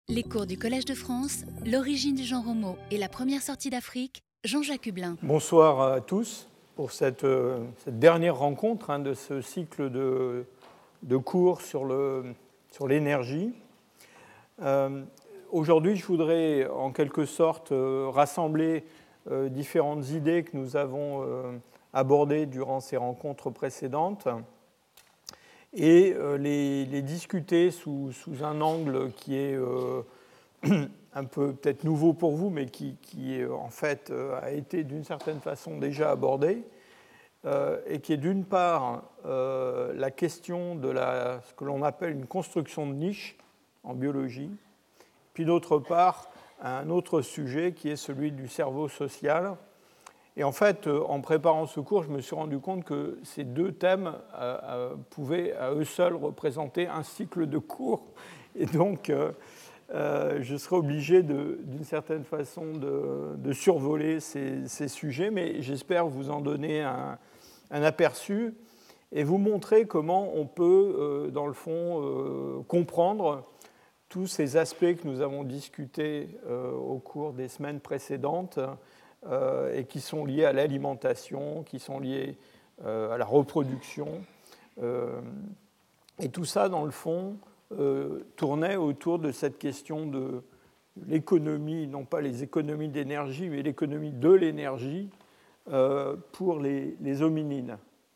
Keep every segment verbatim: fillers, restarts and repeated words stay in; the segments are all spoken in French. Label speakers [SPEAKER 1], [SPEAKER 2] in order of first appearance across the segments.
[SPEAKER 1] Les cours du Collège de France, l'origine du genre Homo et la première sortie d'Afrique, Jean-Jacques Hublin.
[SPEAKER 2] Bonsoir à tous pour cette, euh, cette dernière rencontre hein, de ce cycle de, de cours sur, le, sur l'énergie. Euh, aujourd'hui, je voudrais en quelque sorte euh, rassembler euh, différentes idées que nous avons euh, abordées durant ces rencontres précédentes et euh, les, les discuter sous, sous un angle qui est euh, un peu peut-être nouveau pour vous, mais qui, qui en fait euh, a été d'une certaine façon déjà abordé, euh, et qui est d'une part euh, la question de la, ce que l'on appelle une construction de niche en biologie, puis d'autre part un autre sujet qui est celui du cerveau social. Et en fait, en préparant ce cours, je me suis rendu compte que ces deux thèmes euh, pouvaient à eux seuls représenter un cycle de cours. Et donc, euh, euh, je serai obligé, de, d'une certaine façon, de, de survoler ces, ces sujets, mais j'espère vous en donner un, un aperçu et vous montrer comment on peut, euh, dans le fond, euh, comprendre tous ces aspects que nous avons discutés euh, au cours des semaines précédentes, Euh, et qui sont liés à l'alimentation, qui sont liés euh, à la reproduction. Euh, et tout ça, dans le fond, euh, tournait autour de cette question de l'économie, non pas les économies d'énergie, mais l'économie de l'énergie euh, pour les, les hominines.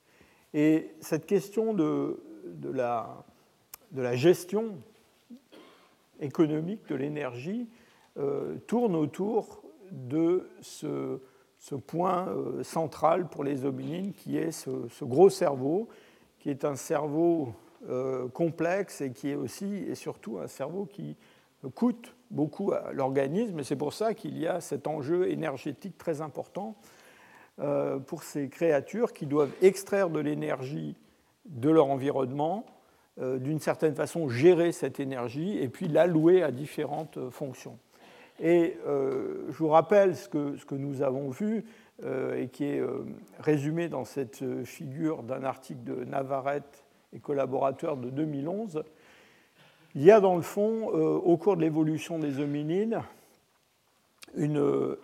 [SPEAKER 2] Et cette question de, de, la, de la gestion économique de l'énergie euh, tourne autour de ce, ce point euh, central pour les hominines, qui est ce, ce gros cerveau, qui est un cerveau euh, complexe et qui est aussi et surtout un cerveau qui coûte beaucoup à l'organisme. Et c'est pour ça qu'il y a cet enjeu énergétique très important euh, pour ces créatures qui doivent extraire de l'énergie de leur environnement, euh, d'une certaine façon gérer cette énergie et puis l'allouer à différentes fonctions. Et euh, je vous rappelle ce que, ce que nous avons vu euh, et qui est euh, résumé dans cette figure d'un article de Navarrete et collaborateurs de deux mille onze. Il y a dans le fond, euh, au cours de l'évolution des hominines, une, euh,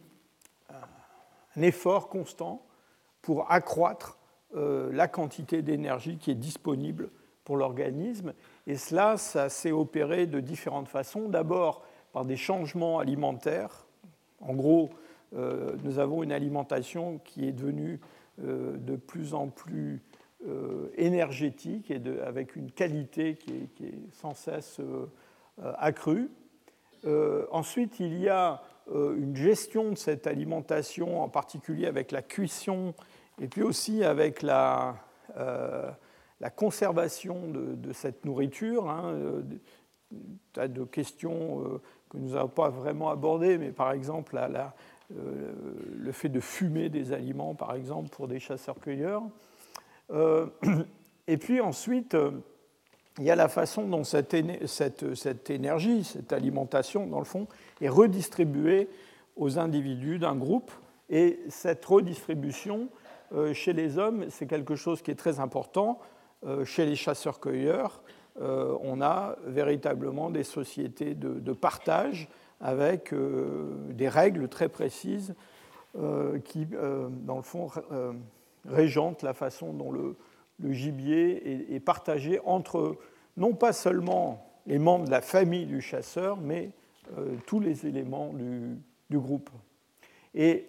[SPEAKER 2] un effort constant pour accroître euh, la quantité d'énergie qui est disponible pour l'organisme. Et cela, ça s'est opéré de différentes façons. D'abord, par des changements alimentaires. En gros, euh, nous avons une alimentation qui est devenue euh, de plus en plus euh, énergétique et de, avec une qualité qui est, qui est sans cesse euh, accrue. Euh, ensuite, il y a euh, une gestion de cette alimentation, en particulier avec la cuisson et puis aussi avec la, euh, la conservation de, de cette nourriture. Hein, tas de questions euh, que nous n'avons pas vraiment abordées, mais par exemple la, la, euh, le fait de fumer des aliments, par exemple, pour des chasseurs-cueilleurs. Euh, et puis ensuite, euh, il y a la façon dont cette, cette, cette énergie, cette alimentation, dans le fond, est redistribuée aux individus d'un groupe. Et cette redistribution, euh, chez les hommes, c'est quelque chose qui est très important. Euh, chez les chasseurs-cueilleurs, Euh, on a véritablement des sociétés de, de partage avec euh, des règles très précises euh, qui, euh, dans le fond, euh, régentent la façon dont le, le gibier est, est partagé entre non pas seulement les membres de la famille du chasseur, mais euh, tous les éléments du, du groupe. Et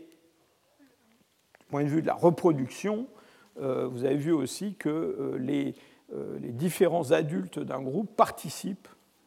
[SPEAKER 2] du point de vue de la reproduction, euh, vous avez vu aussi que euh, les les différents adultes d'un groupe participent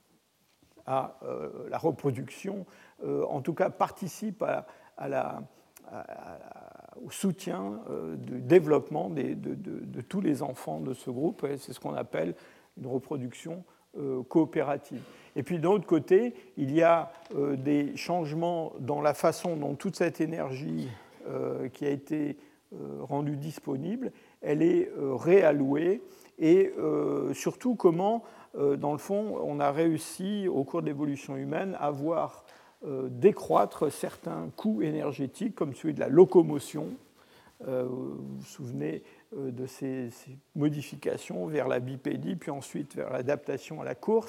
[SPEAKER 2] à euh, la reproduction, euh, en tout cas participent à, à la, à, à, au soutien euh, du développement des, de, de, de tous les enfants de ce groupe. Et c'est ce qu'on appelle une reproduction euh, coopérative. Et puis d'un autre côté, il y a euh, des changements dans la façon dont toute cette énergie euh, qui a été euh, rendue disponible, elle est euh, réallouée. Et euh, surtout comment, euh, dans le fond, on a réussi, au cours de l'évolution humaine, à voir euh, décroître certains coûts énergétiques, comme celui de la locomotion. Euh, vous vous souvenez euh, de ces, ces modifications vers la bipédie, puis ensuite vers l'adaptation à la course.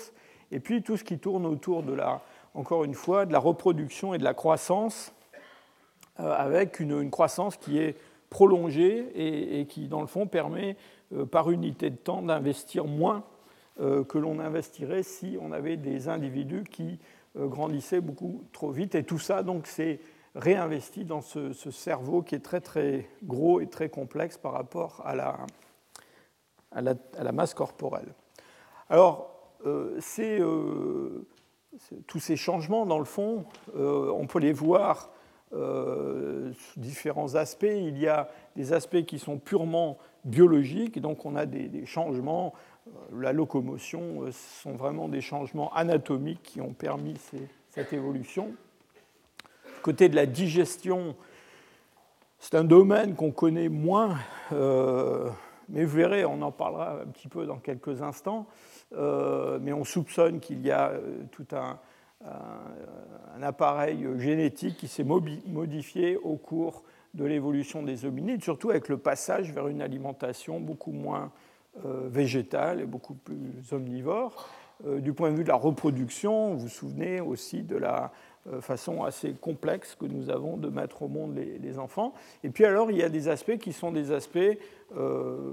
[SPEAKER 2] et puis tout ce qui tourne autour de la, encore une fois, de la reproduction et de la croissance, euh, avec une, une croissance qui est prolongée et, et qui, dans le fond, permet, euh, par unité de temps, d'investir moins euh, que l'on investirait si on avait des individus qui euh, grandissaient beaucoup trop vite. Et tout ça, donc, c'est réinvesti dans ce, ce cerveau qui est très, très gros et très complexe par rapport à la, à la, à la masse corporelle. Alors, euh, c'est, euh, c'est, tous ces changements, dans le fond, euh, on peut les voir euh, sous différents aspects. Il y a des aspects qui sont purement biologiques, donc on a des, des changements. Euh, la locomotion, euh, ce sont vraiment des changements anatomiques qui ont permis ces, cette évolution. Côté de la digestion, c'est un domaine qu'on connaît moins, euh, mais vous verrez, on en parlera un petit peu dans quelques instants, euh, mais on soupçonne qu'il y a euh, tout un, un, un appareil génétique qui s'est modifié au cours de l'évolution des hominides, surtout avec le passage vers une alimentation beaucoup moins euh, végétale et beaucoup plus omnivore. Euh, du point de vue de la reproduction, vous vous souvenez aussi de la façon assez complexe que nous avons de mettre au monde les, les enfants. Et puis alors, il y a des aspects qui sont des aspects, euh,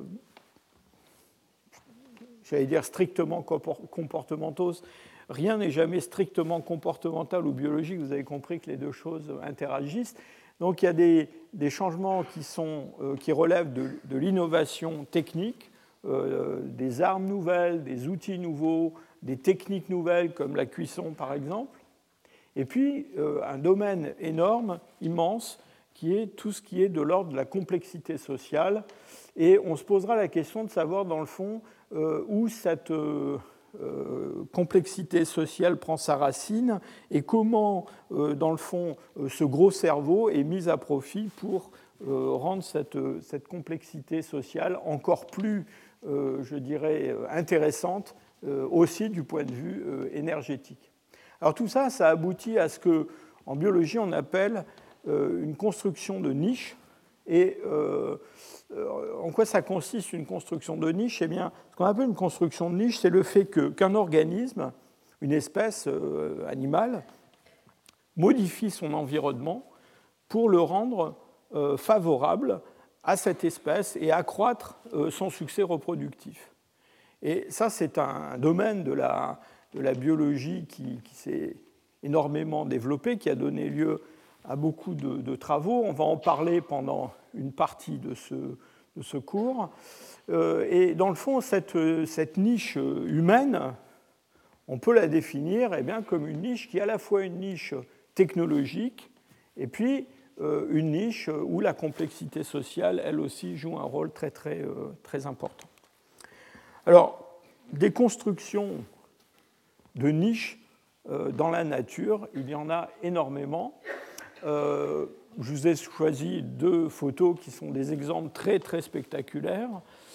[SPEAKER 2] j'allais dire, strictement comportementaux. Rien n'est jamais strictement comportemental ou biologique. Vous avez compris que les deux choses interagissent. Donc il y a des, des changements qui, sont, euh, qui relèvent de, de l'innovation technique, euh, des armes nouvelles, des outils nouveaux, des techniques nouvelles comme la cuisson par exemple. Et puis, euh, un domaine énorme, immense, qui est tout ce qui est de l'ordre de la complexité sociale. Et on se posera la question de savoir, dans le fond, euh, où cette euh, euh, complexité sociale prend sa racine et comment, euh, dans le fond, euh, ce gros cerveau est mis à profit pour euh, rendre cette, cette complexité sociale encore plus, euh, je dirais, intéressante, euh, aussi du point de vue euh, énergétique. Alors tout ça, ça aboutit à ce qu'en biologie, on appelle euh, une construction de niche. Et euh, euh, en quoi ça consiste une construction de niche ? Eh bien, ce qu'on appelle une construction de niche, c'est le fait que, qu'un organisme, une espèce euh, animale, modifie son environnement pour le rendre euh, favorable à cette espèce et accroître euh, son succès reproductif. Et ça, c'est un domaine de la... de la biologie qui, qui s'est énormément développée, qui a donné lieu à beaucoup de, de travaux. On va en parler pendant une partie de ce, de ce cours. Euh, et dans le fond, cette, cette niche humaine, on peut la définir eh bien, comme une niche qui est à la fois une niche technologique et puis euh, une niche où la complexité sociale, elle aussi, joue un rôle très, très, euh, très important. Alors, des constructions de niches euh, dans la nature, il y en a énormément. Euh, je vous ai choisi deux photos qui sont des exemples très, très spectaculaires.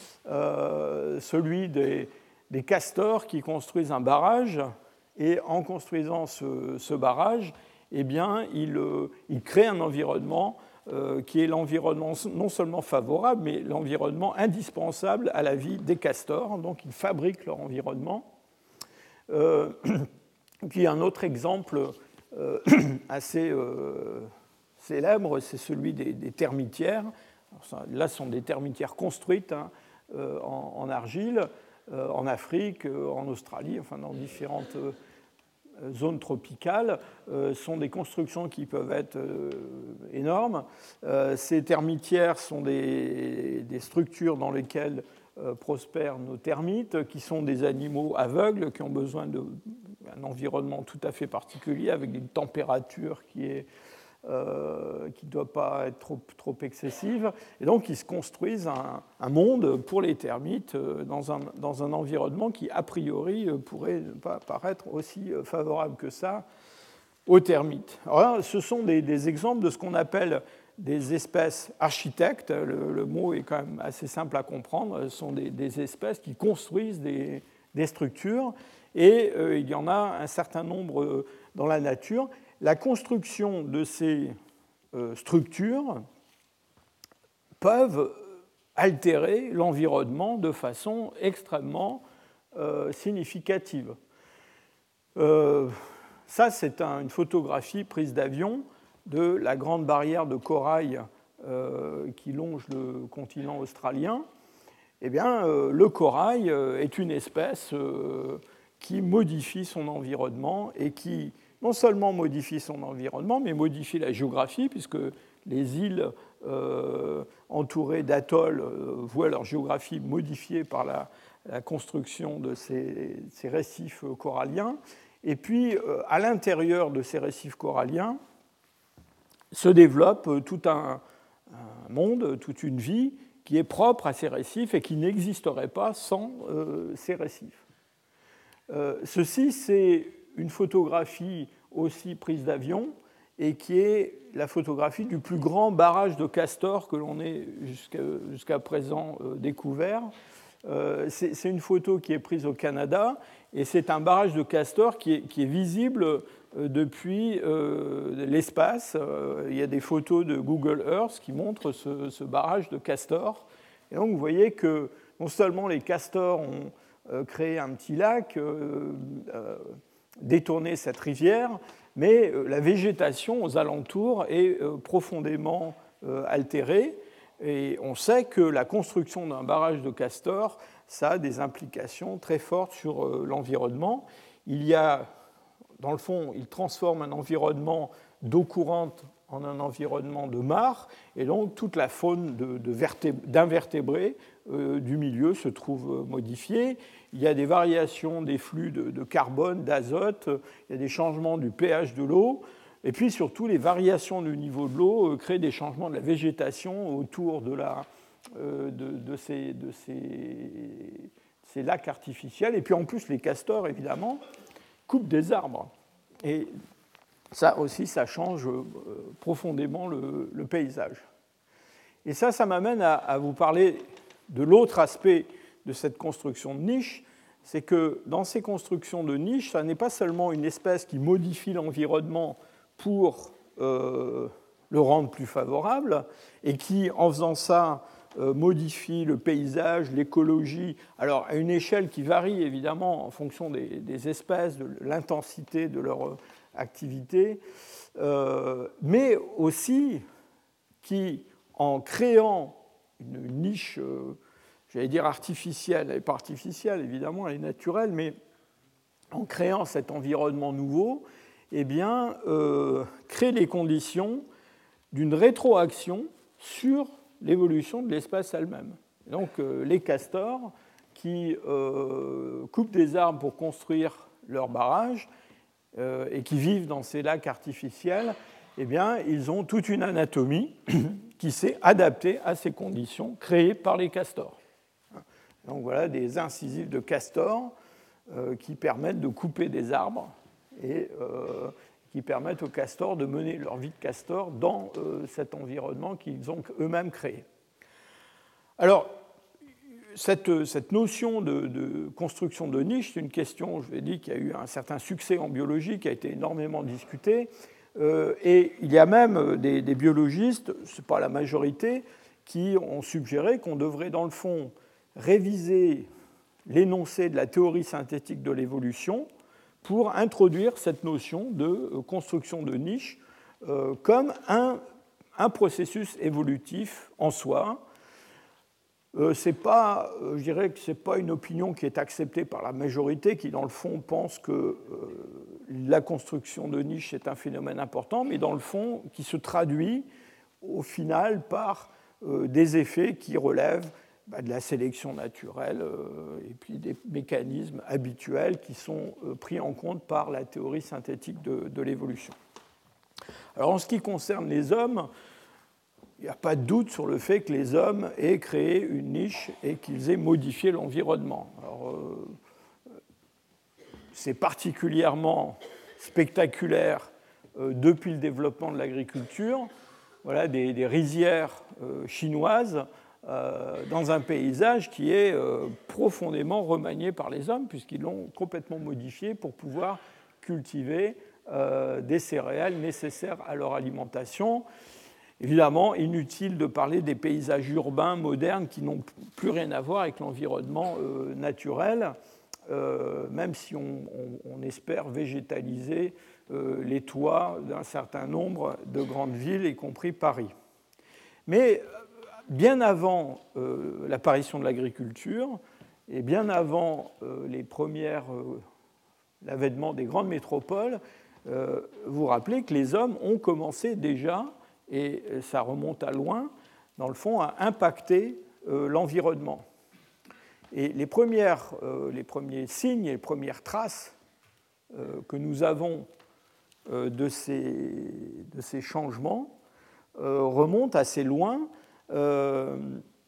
[SPEAKER 2] Euh, celui des, des castors qui construisent un barrage, et en construisant ce, ce barrage, eh bien, ils, euh, ils créent un environnement euh, qui est l'environnement non seulement favorable, mais l'environnement indispensable à la vie des castors. Donc, ils fabriquent leur environnement. Euh, puis un autre exemple euh, assez euh, célèbre, c'est celui des, des termitières. Alors ça, là, ce sont des termitières construites hein, euh, en, en argile, euh, en Afrique, euh, en Australie, enfin dans différentes euh, zones tropicales. Euh, sont des constructions qui peuvent être euh, énormes. Euh, ces termitières sont des, des structures dans lesquelles prospèrent nos termites, qui sont des animaux aveugles, qui ont besoin d'un environnement tout à fait particulier, avec une température qui est, euh, qui ne doit pas être trop, trop excessive. Et donc, ils se construisent un, un monde pour les termites dans un, dans un environnement qui, a priori, pourrait ne pas paraître aussi favorable que ça aux termites. Alors là, ce sont des, des exemples de ce qu'on appelle des espèces architectes. Le, le mot est quand même assez simple à comprendre. Ce sont des, des espèces qui construisent des, des structures, et euh, il y en a un certain nombre dans la nature. La construction de ces euh, structures peuvent altérer l'environnement de façon extrêmement euh, significative. Euh, ça, c'est un, une photographie prise d'avion de la grande barrière de corail euh, qui longe le continent australien. Eh bien, euh, le corail euh, est une espèce euh, qui modifie son environnement et qui non seulement modifie son environnement, mais modifie la géographie, puisque les îles euh, entourées d'atolls euh, voient leur géographie modifiée par la, la construction de ces, ces récifs coralliens. Et puis, euh, à l'intérieur de ces récifs coralliens, se développe tout un, un monde, toute une vie qui est propre à ces récifs et qui n'existerait pas sans euh, ces récifs. Euh, ceci, c'est une photographie aussi prise d'avion et qui est la photographie du plus grand barrage de castors que l'on ait jusqu'à, jusqu'à présent euh, découvert. Euh, c'est, c'est une photo qui est prise au Canada et c'est un barrage de castors qui est, qui est visible euh, depuis euh, l'espace. Euh, il y a des photos de Google Earth qui montrent ce, ce barrage de castors. Et donc vous voyez que non seulement les castors ont euh, créé un petit lac, euh, euh, détourné cette rivière, mais euh, la végétation aux alentours est euh, profondément euh, altérée. Et on sait que la construction d'un barrage de castors, ça a des implications très fortes sur euh, l'environnement. Il y a, dans le fond, il transforme un environnement d'eau courante en un environnement de mare, et donc toute la faune de, de vertébr- d'invertébrés euh, du milieu se trouve modifiée. Il y a des variations des flux de, de carbone, d'azote, il y a des changements du pH de l'eau, et puis surtout les variations du niveau de l'eau euh, créent des changements de la végétation autour de, la, euh, de, de, ces, de ces, ces lacs artificiels. Et puis en plus, les castors, évidemment, coupent des arbres. Et ça aussi, ça change profondément le, le paysage. Et ça, ça m'amène à, à vous parler de l'autre aspect de cette construction de niche, c'est que dans ces constructions de niche, ça n'est pas seulement une espèce qui modifie l'environnement pour euh, le rendre plus favorable, et qui, en faisant ça, euh, modifie le paysage, l'écologie, alors à une échelle qui varie évidemment en fonction des, des espèces, de l'intensité de leur activité, euh, mais aussi qui, en créant une niche, euh, j'allais dire artificielle, elle n'est pas artificielle évidemment, elle est naturelle, mais en créant cet environnement nouveau, eh bien, euh, crée les conditions d'une rétroaction sur l'évolution de l'espèce elle-même. Et donc euh, les castors qui euh, coupent des arbres pour construire leurs barrages, Euh, et qui vivent dans ces lacs artificiels, eh bien, ils ont toute une anatomie qui s'est adaptée à ces conditions créées par les castors. Donc voilà des incisives de castors euh, qui permettent de couper des arbres et euh, qui permettent aux castors de mener leur vie de castor dans euh, cet environnement qu'ils ont eux-mêmes créé. Alors, Cette, cette notion de, de construction de niche, c'est une question, je l'ai dit, qui a eu un certain succès en biologie, qui a été énormément discutée. Euh, et il y a même des, des biologistes, ce n'est pas la majorité, qui ont suggéré qu'on devrait, dans le fond, réviser l'énoncé de la théorie synthétique de l'évolution pour introduire cette notion de construction de niche euh, comme un, un processus évolutif en soi. Euh, c'est pas, je dirais que ce n'est pas une opinion qui est acceptée par la majorité, qui dans le fond pense que euh, la construction de niche est un phénomène important, mais dans le fond qui se traduit au final par euh, des effets qui relèvent bah, de la sélection naturelle euh, et puis des mécanismes habituels qui sont euh, pris en compte par la théorie synthétique de, de l'évolution. Alors en ce qui concerne les hommes, il n'y a pas de doute sur le fait que les hommes aient créé une niche et qu'ils aient modifié l'environnement. Alors, euh, c'est particulièrement spectaculaire euh, depuis le développement de l'agriculture. Voilà des, des rizières euh, chinoises euh, dans un paysage qui est euh, profondément remanié par les hommes, puisqu'ils l'ont complètement modifié pour pouvoir cultiver euh, des céréales nécessaires à leur alimentation. Évidemment, inutile de parler des paysages urbains modernes qui n'ont plus rien à voir avec l'environnement euh, naturel. euh, même si on, on, on espère végétaliser euh, les toits d'un certain nombre de grandes villes, y compris Paris. Mais bien avant euh, l'apparition de l'agriculture et bien avant euh, les premières, euh, l'avènement des grandes métropoles, euh, vous vous rappelez que les hommes ont commencé déjà, et ça remonte à loin, dans le fond, à impacter euh, l'environnement. Et les, premières, euh, les premiers signes et les premières traces euh, que nous avons euh, de, ces, de ces changements euh, remontent assez loin. Euh,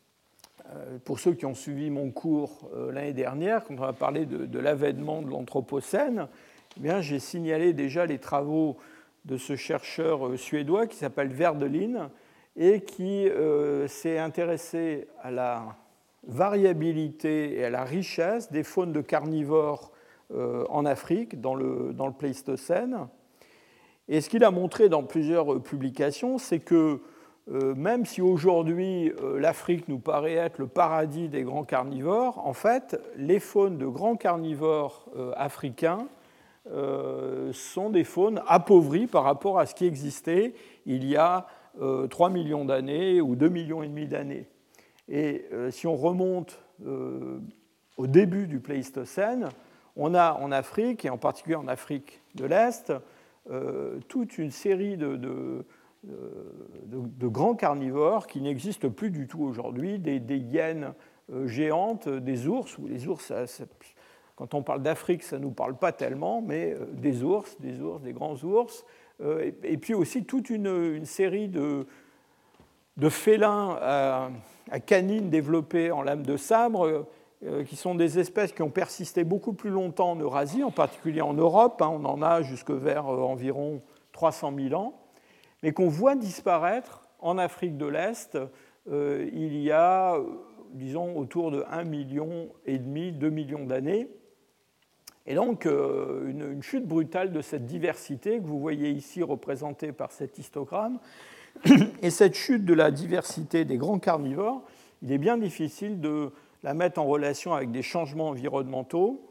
[SPEAKER 2] pour ceux qui ont suivi mon cours euh, l'année dernière, quand on a parlé de, de l'avènement de l'Anthropocène, eh bien, j'ai signalé déjà les travaux de ce chercheur euh, suédois qui s'appelle Verdelin et qui euh, s'est intéressé à la variabilité et à la richesse des faunes de carnivores euh, en Afrique, dans le, dans le Pléistocène. Et ce qu'il a montré dans plusieurs publications, c'est que euh, même si aujourd'hui euh, l'Afrique nous paraît être le paradis des grands carnivores, en fait, les faunes de grands carnivores euh, africains euh, sont des faunes appauvries par rapport à ce qui existait il y a euh, trois millions d'années ou deux millions et demi d'années. Et euh, si on remonte euh, au début du Pléistocène, on a en Afrique, et en particulier en Afrique de l'Est, euh, toute une série de, de, de, de grands carnivores qui n'existent plus du tout aujourd'hui, des, des hyènes euh, géantes, des ours, ou les ours, ça, ça, quand on parle d'Afrique, ça ne nous parle pas tellement, mais euh, des ours, des ours, des grands ours, euh, et, et puis aussi toute une, une série de, de félins à, à canines développés en lame de sabre, euh, qui sont des espèces qui ont persisté beaucoup plus longtemps en Eurasie, en particulier en Europe, hein, on en a jusque vers euh, environ trois cent mille ans, mais qu'on voit disparaître en Afrique de l'Est euh, il y a, disons, autour de un virgule cinq million, deux millions d'années. Et donc, euh, une, une chute brutale de cette diversité que vous voyez ici représentée par cet histogramme. Et cette chute de la diversité des grands carnivores, il est bien difficile de la mettre en relation avec des changements environnementaux,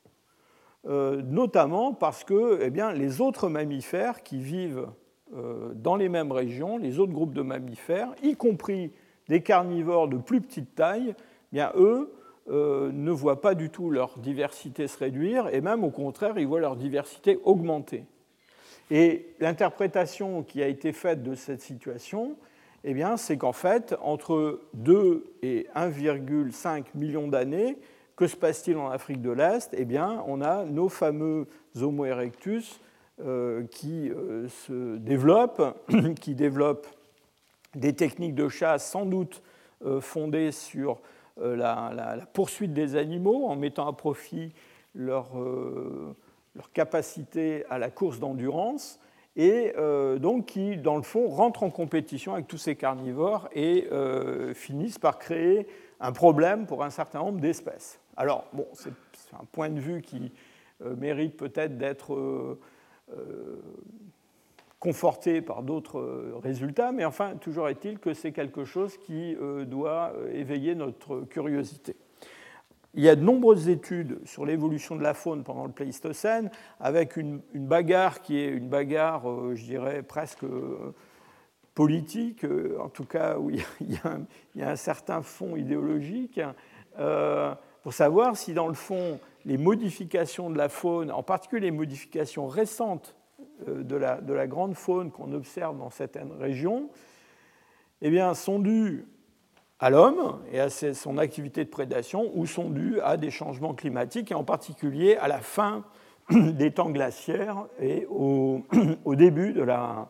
[SPEAKER 2] euh, notamment parce que eh bien, les autres mammifères qui vivent euh, dans les mêmes régions, les autres groupes de mammifères, y compris des carnivores de plus petite taille, eh bien, eux euh, ne voient pas du tout leur diversité se réduire, et même au contraire, ils voient leur diversité augmenter. Et l'interprétation qui a été faite de cette situation, eh bien, c'est qu'en fait, entre deux et un virgule cinq million d'années, que se passe-t-il en Afrique de l'Est ? Eh bien, on a nos fameux Homo erectus euh, qui euh, se développent, qui développent des techniques de chasse sans doute euh, fondées sur euh, la, la, la poursuite des animaux, en mettant à profit leur, euh, leur capacité à la course d'endurance, et euh, donc qui, dans le fond, rentrent en compétition avec tous ces carnivores et euh, finissent par créer un problème pour un certain nombre d'espèces. Alors, bon, c'est un point de vue qui euh, mérite peut-être d'être euh, euh, conforté par d'autres résultats, mais enfin, toujours est-il que c'est quelque chose qui euh, doit éveiller notre curiosité. Il y a de nombreuses études sur l'évolution de la faune pendant le Pléistocène, avec une, une bagarre qui est une bagarre, euh, je dirais, presque euh, politique, euh, en tout cas où il y a, il y a, un, il y a un certain fond idéologique, euh, pour savoir si, dans le fond, les modifications de la faune, en particulier les modifications récentes euh, de, la, de la grande faune qu'on observe dans certaines régions, eh bien, sont dues à l'homme et à son activité de prédation, ou sont dues à des changements climatiques, et en particulier à la fin des temps glaciaires et au, au début de, la,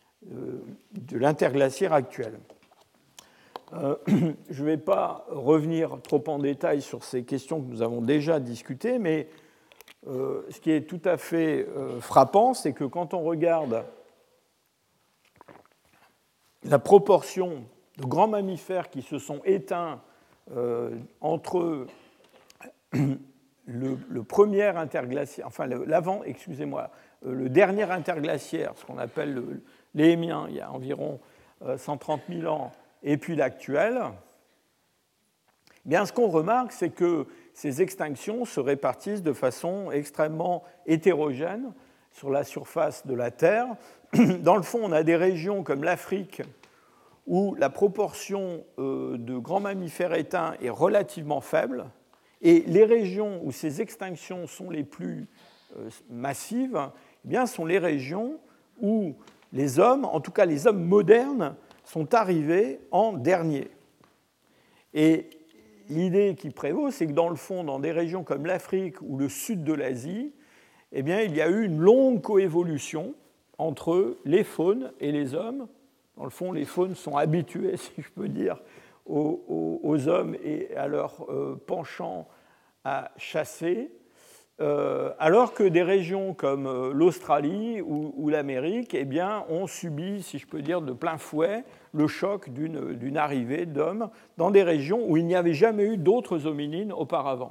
[SPEAKER 2] de l'interglaciaire actuel. Euh, je ne vais pas revenir trop en détail sur ces questions que nous avons déjà discutées, mais euh, ce qui est tout à fait euh, frappant, c'est que quand on regarde la proportion de grands mammifères qui se sont éteints euh, entre le, le premier interglaciaire, enfin le, l'avant, excusez-moi, euh, le dernier interglaciaire, ce qu'on appelle le, l'Éhémien, il y a environ euh, cent trente mille ans, et puis l'actuel, bien, ce qu'on remarque, c'est que ces extinctions se répartissent de façon extrêmement hétérogène sur la surface de la Terre. Dans le fond, on a des régions comme l'Afrique où la proportion de grands mammifères éteints est relativement faible, et les régions où ces extinctions sont les plus massives, eh bien, sont les régions où les hommes, en tout cas les hommes modernes, sont arrivés en dernier. Et l'idée qui prévaut, c'est que dans le fond, dans des régions comme l'Afrique ou le sud de l'Asie, eh bien, il y a eu une longue coévolution entre les faunes et les hommes. Dans le fond, les faunes sont habitués, si je peux dire, aux, aux, aux hommes et à leur euh, penchant à chasser, euh, alors que des régions comme euh, l'Australie ou, ou l'Amérique, eh bien, ont subi, si je peux dire, de plein fouet le choc d'une, d'une arrivée d'hommes dans des régions où il n'y avait jamais eu d'autres hominines auparavant.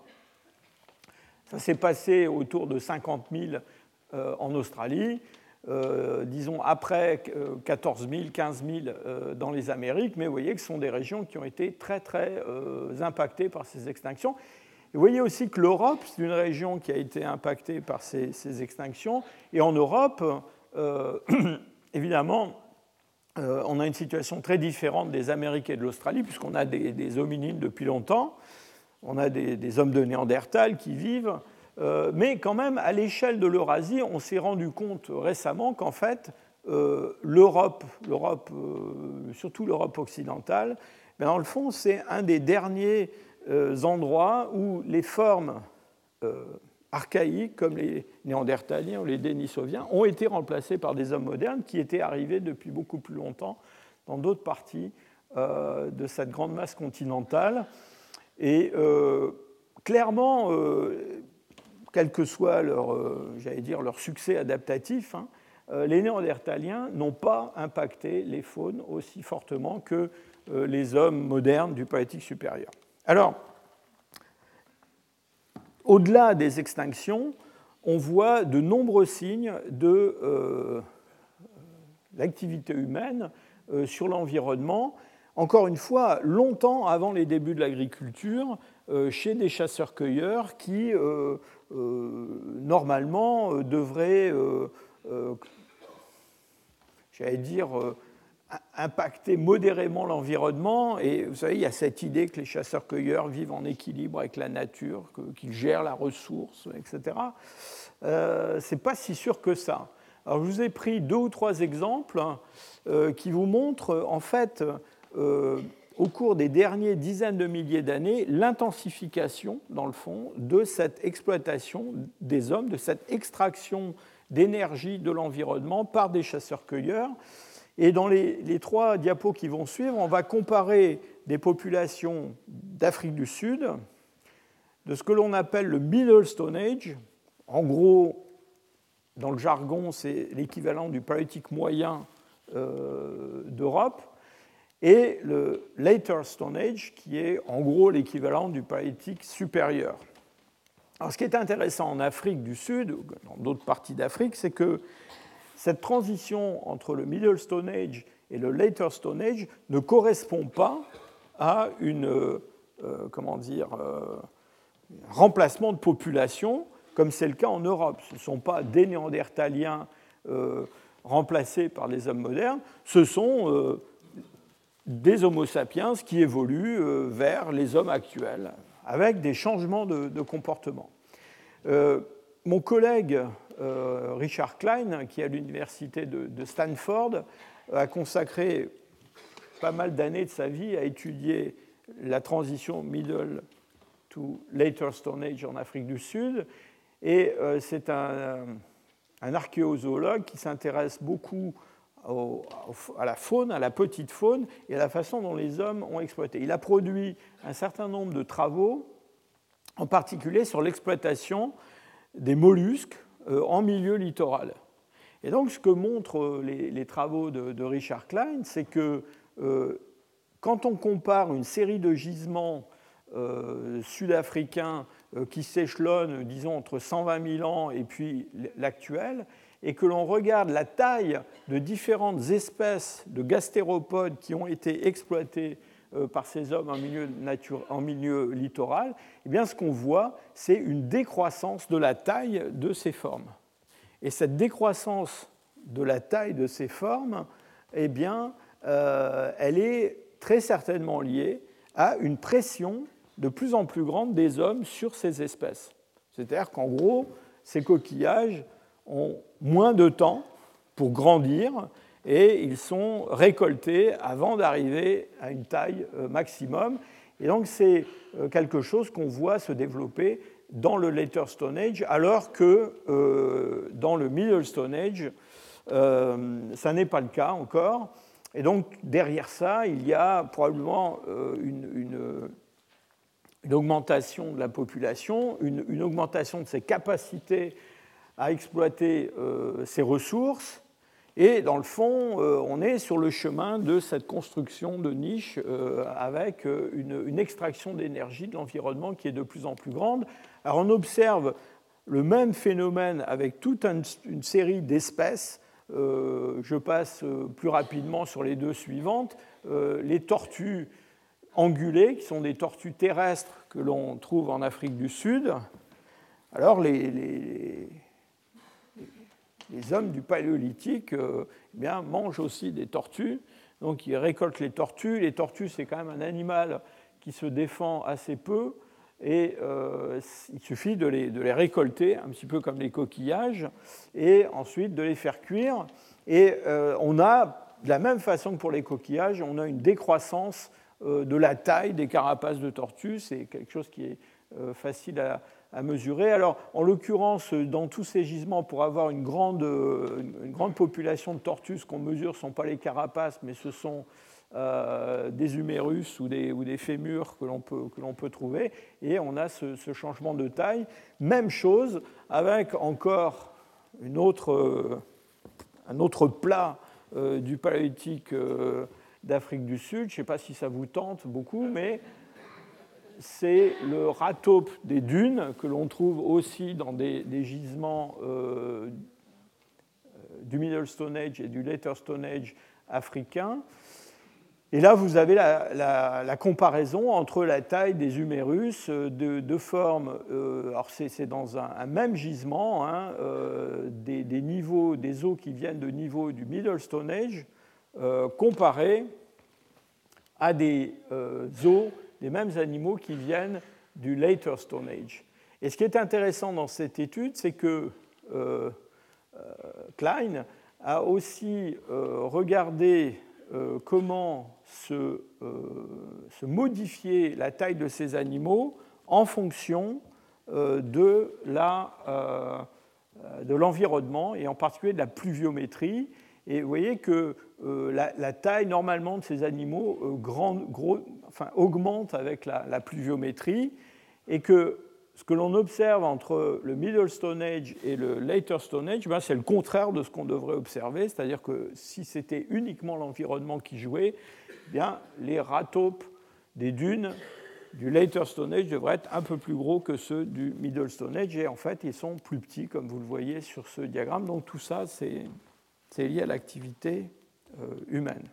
[SPEAKER 2] Ça s'est passé autour de cinquante mille euh, en Australie, euh, disons après euh, quatorze mille, quinze mille euh, dans les Amériques, mais vous voyez que ce sont des régions qui ont été très, très euh, impactées par ces extinctions. Et vous voyez aussi que l'Europe, c'est une région qui a été impactée par ces, ces extinctions, et en Europe, euh, évidemment, euh, on a une situation très différente des Amériques et de l'Australie, puisqu'on a des, des hominines depuis longtemps. On a des, des hommes de Néandertal qui vivent, euh, mais quand même, à l'échelle de l'Eurasie, on s'est rendu compte récemment qu'en fait, euh, l'Europe, l'Europe euh, surtout l'Europe occidentale, ben dans le fond, c'est un des derniers euh, endroits où les formes euh, archaïques, comme les Néandertaliens ou les Denisoviens, ont été remplacées par des hommes modernes qui étaient arrivés depuis beaucoup plus longtemps dans d'autres parties euh, de cette grande masse continentale. Et euh, clairement, euh, quel que soit leur, euh, j'allais dire, leur succès adaptatif, hein, euh, les Néandertaliens n'ont pas impacté les faunes aussi fortement que euh, les hommes modernes du Paléolithique supérieur. Alors, au-delà des extinctions, on voit de nombreux signes de euh, l'activité humaine euh, sur l'environnement. Encore une fois, longtemps avant les débuts de l'agriculture, euh, chez des chasseurs-cueilleurs qui, euh, euh, normalement, euh, devraient, euh, euh, j'allais dire, euh, impacter modérément l'environnement. Et vous savez, il y a cette idée que les chasseurs-cueilleurs vivent en équilibre avec la nature, que, qu'ils gèrent la ressource, et cetera. Euh, ce n'est pas si sûr que ça. Alors, je vous ai pris deux ou trois exemples euh, qui vous montrent, en fait, Euh, au cours des derniers dizaines de milliers d'années, l'intensification, dans le fond, de cette exploitation des hommes, de cette extraction d'énergie de l'environnement par des chasseurs-cueilleurs. Et dans les, les trois diapos qui vont suivre, on va comparer des populations d'Afrique du Sud, de ce que l'on appelle le Middle Stone Age. En gros, dans le jargon, c'est l'équivalent du Paléolithique moyen euh, d'Europe, et le Later Stone Age, qui est en gros l'équivalent du Paléolithique supérieur. Alors, ce qui est intéressant en Afrique du Sud, ou dans d'autres parties d'Afrique, c'est que cette transition entre le Middle Stone Age et le Later Stone Age ne correspond pas à une, euh, comment dire, euh, un remplacement de population, comme c'est le cas en Europe. Ce ne sont pas des Néandertaliens euh, remplacés par les hommes modernes, ce sont euh, des Homo sapiens qui évoluent vers les hommes actuels, avec des changements de, de comportement. Euh, mon collègue euh, Richard Klein, qui est à l'université de, de Stanford, a consacré pas mal d'années de sa vie à étudier la transition Middle to Later Stone Age en Afrique du Sud, et euh, c'est un, un archéozoologue qui s'intéresse beaucoup à la faune, à la petite faune, et à la façon dont les hommes ont exploité. Il a produit un certain nombre de travaux, en particulier sur l'exploitation des mollusques en milieu littoral. Et donc, ce que montrent les, les travaux de, de Richard Klein, c'est que euh, quand on compare une série de gisements euh, sud-africains euh, qui s'échelonnent, disons, entre cent vingt mille ans et puis l'actuel, et que l'on regarde la taille de différentes espèces de gastéropodes qui ont été exploitées euh, par ces hommes en milieu, nature, en milieu littoral, eh bien, ce qu'on voit, c'est une décroissance de la taille de ces formes. Et cette décroissance de la taille de ces formes, eh bien, euh, elle est très certainement liée à une pression de plus en plus grande des hommes sur ces espèces. C'est-à-dire qu'en gros, ces coquillages ont moins de temps pour grandir et ils sont récoltés avant d'arriver à une taille maximum. Et donc c'est quelque chose qu'on voit se développer dans le Later Stone Age, alors que euh, dans le Middle Stone Age, euh, ça n'est pas le cas encore. Et donc derrière ça, il y a probablement euh, une, une, une augmentation de la population, une, une augmentation de ses capacités à exploiter euh, ses ressources. Et dans le fond, euh, on est sur le chemin de cette construction de niches euh, avec une, une extraction d'énergie de l'environnement qui est de plus en plus grande. Alors on observe le même phénomène avec toute un, une série d'espèces. Euh, je passe plus rapidement sur les deux suivantes. Euh, les tortues angulées, qui sont des tortues terrestres que l'on trouve en Afrique du Sud. Alors les... les Les hommes du Paléolithique euh, eh bien, mangent aussi des tortues, donc ils récoltent les tortues. Les tortues, c'est quand même un animal qui se défend assez peu, et euh, il suffit de les, de les récolter, un petit peu comme les coquillages, et ensuite de les faire cuire. Et euh, on a, de la même façon que pour les coquillages, on a une décroissance euh, de la taille des carapaces de tortues. C'est quelque chose qui est euh, facile à à mesurer. Alors, en l'occurrence, dans tous ces gisements, pour avoir une grande, une grande population de tortues, ce qu'on mesure ne sont pas les carapaces, mais ce sont euh, des humérus ou des, ou des fémurs que l'on peut, que l'on peut trouver. Et on a ce, ce changement de taille. Même chose avec encore une autre, euh, un autre plat euh, du Paléolithique euh, d'Afrique du Sud. Je ne sais pas si ça vous tente beaucoup, mais c'est le rataupe des dunes que l'on trouve aussi dans des, des gisements euh, du Middle Stone Age et du Later Stone Age africain. Et là, vous avez la, la, la comparaison entre la taille des humérus de, de forme, euh, alors c'est, c'est dans un, un même gisement, hein, euh, des, des niveaux, des os qui viennent de niveaux du Middle Stone Age, euh, comparés à des euh, os des mêmes animaux qui viennent du Later Stone Age. Et ce qui est intéressant dans cette étude, c'est que euh, euh, Klein a aussi euh, regardé euh, comment se, euh, se modifier la taille de ces animaux en fonction euh, de, la, euh, de l'environnement et en particulier de la pluviométrie. Et vous voyez que euh, la, la taille normalement de ces animaux euh, grand, gros, enfin, augmente avec la, la pluviométrie, et que ce que l'on observe entre le Middle Stone Age et le Later Stone Age, ben, c'est le contraire de ce qu'on devrait observer, c'est-à-dire que si c'était uniquement l'environnement qui jouait, bien, les ratopes des dunes du Later Stone Age devraient être un peu plus gros que ceux du Middle Stone Age, et en fait, ils sont plus petits, comme vous le voyez sur ce diagramme. Donc tout ça, c'est... c'est lié à l'activité euh, humaine.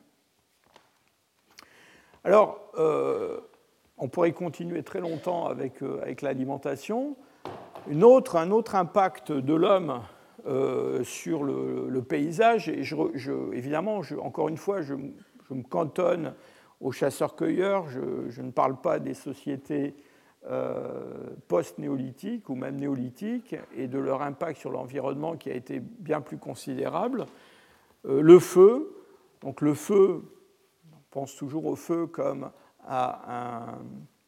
[SPEAKER 2] Alors, euh, on pourrait continuer très longtemps avec, euh, avec l'alimentation. Une autre, un autre impact de l'homme euh, sur le, le paysage, et je, je, évidemment, je, encore une fois, je, je me cantonne aux chasseurs-cueilleurs, je, je ne parle pas des sociétés euh, post-néolithiques ou même néolithiques et de leur impact sur l'environnement qui a été bien plus considérable. Euh, le feu, donc le feu, on pense toujours au feu comme à un,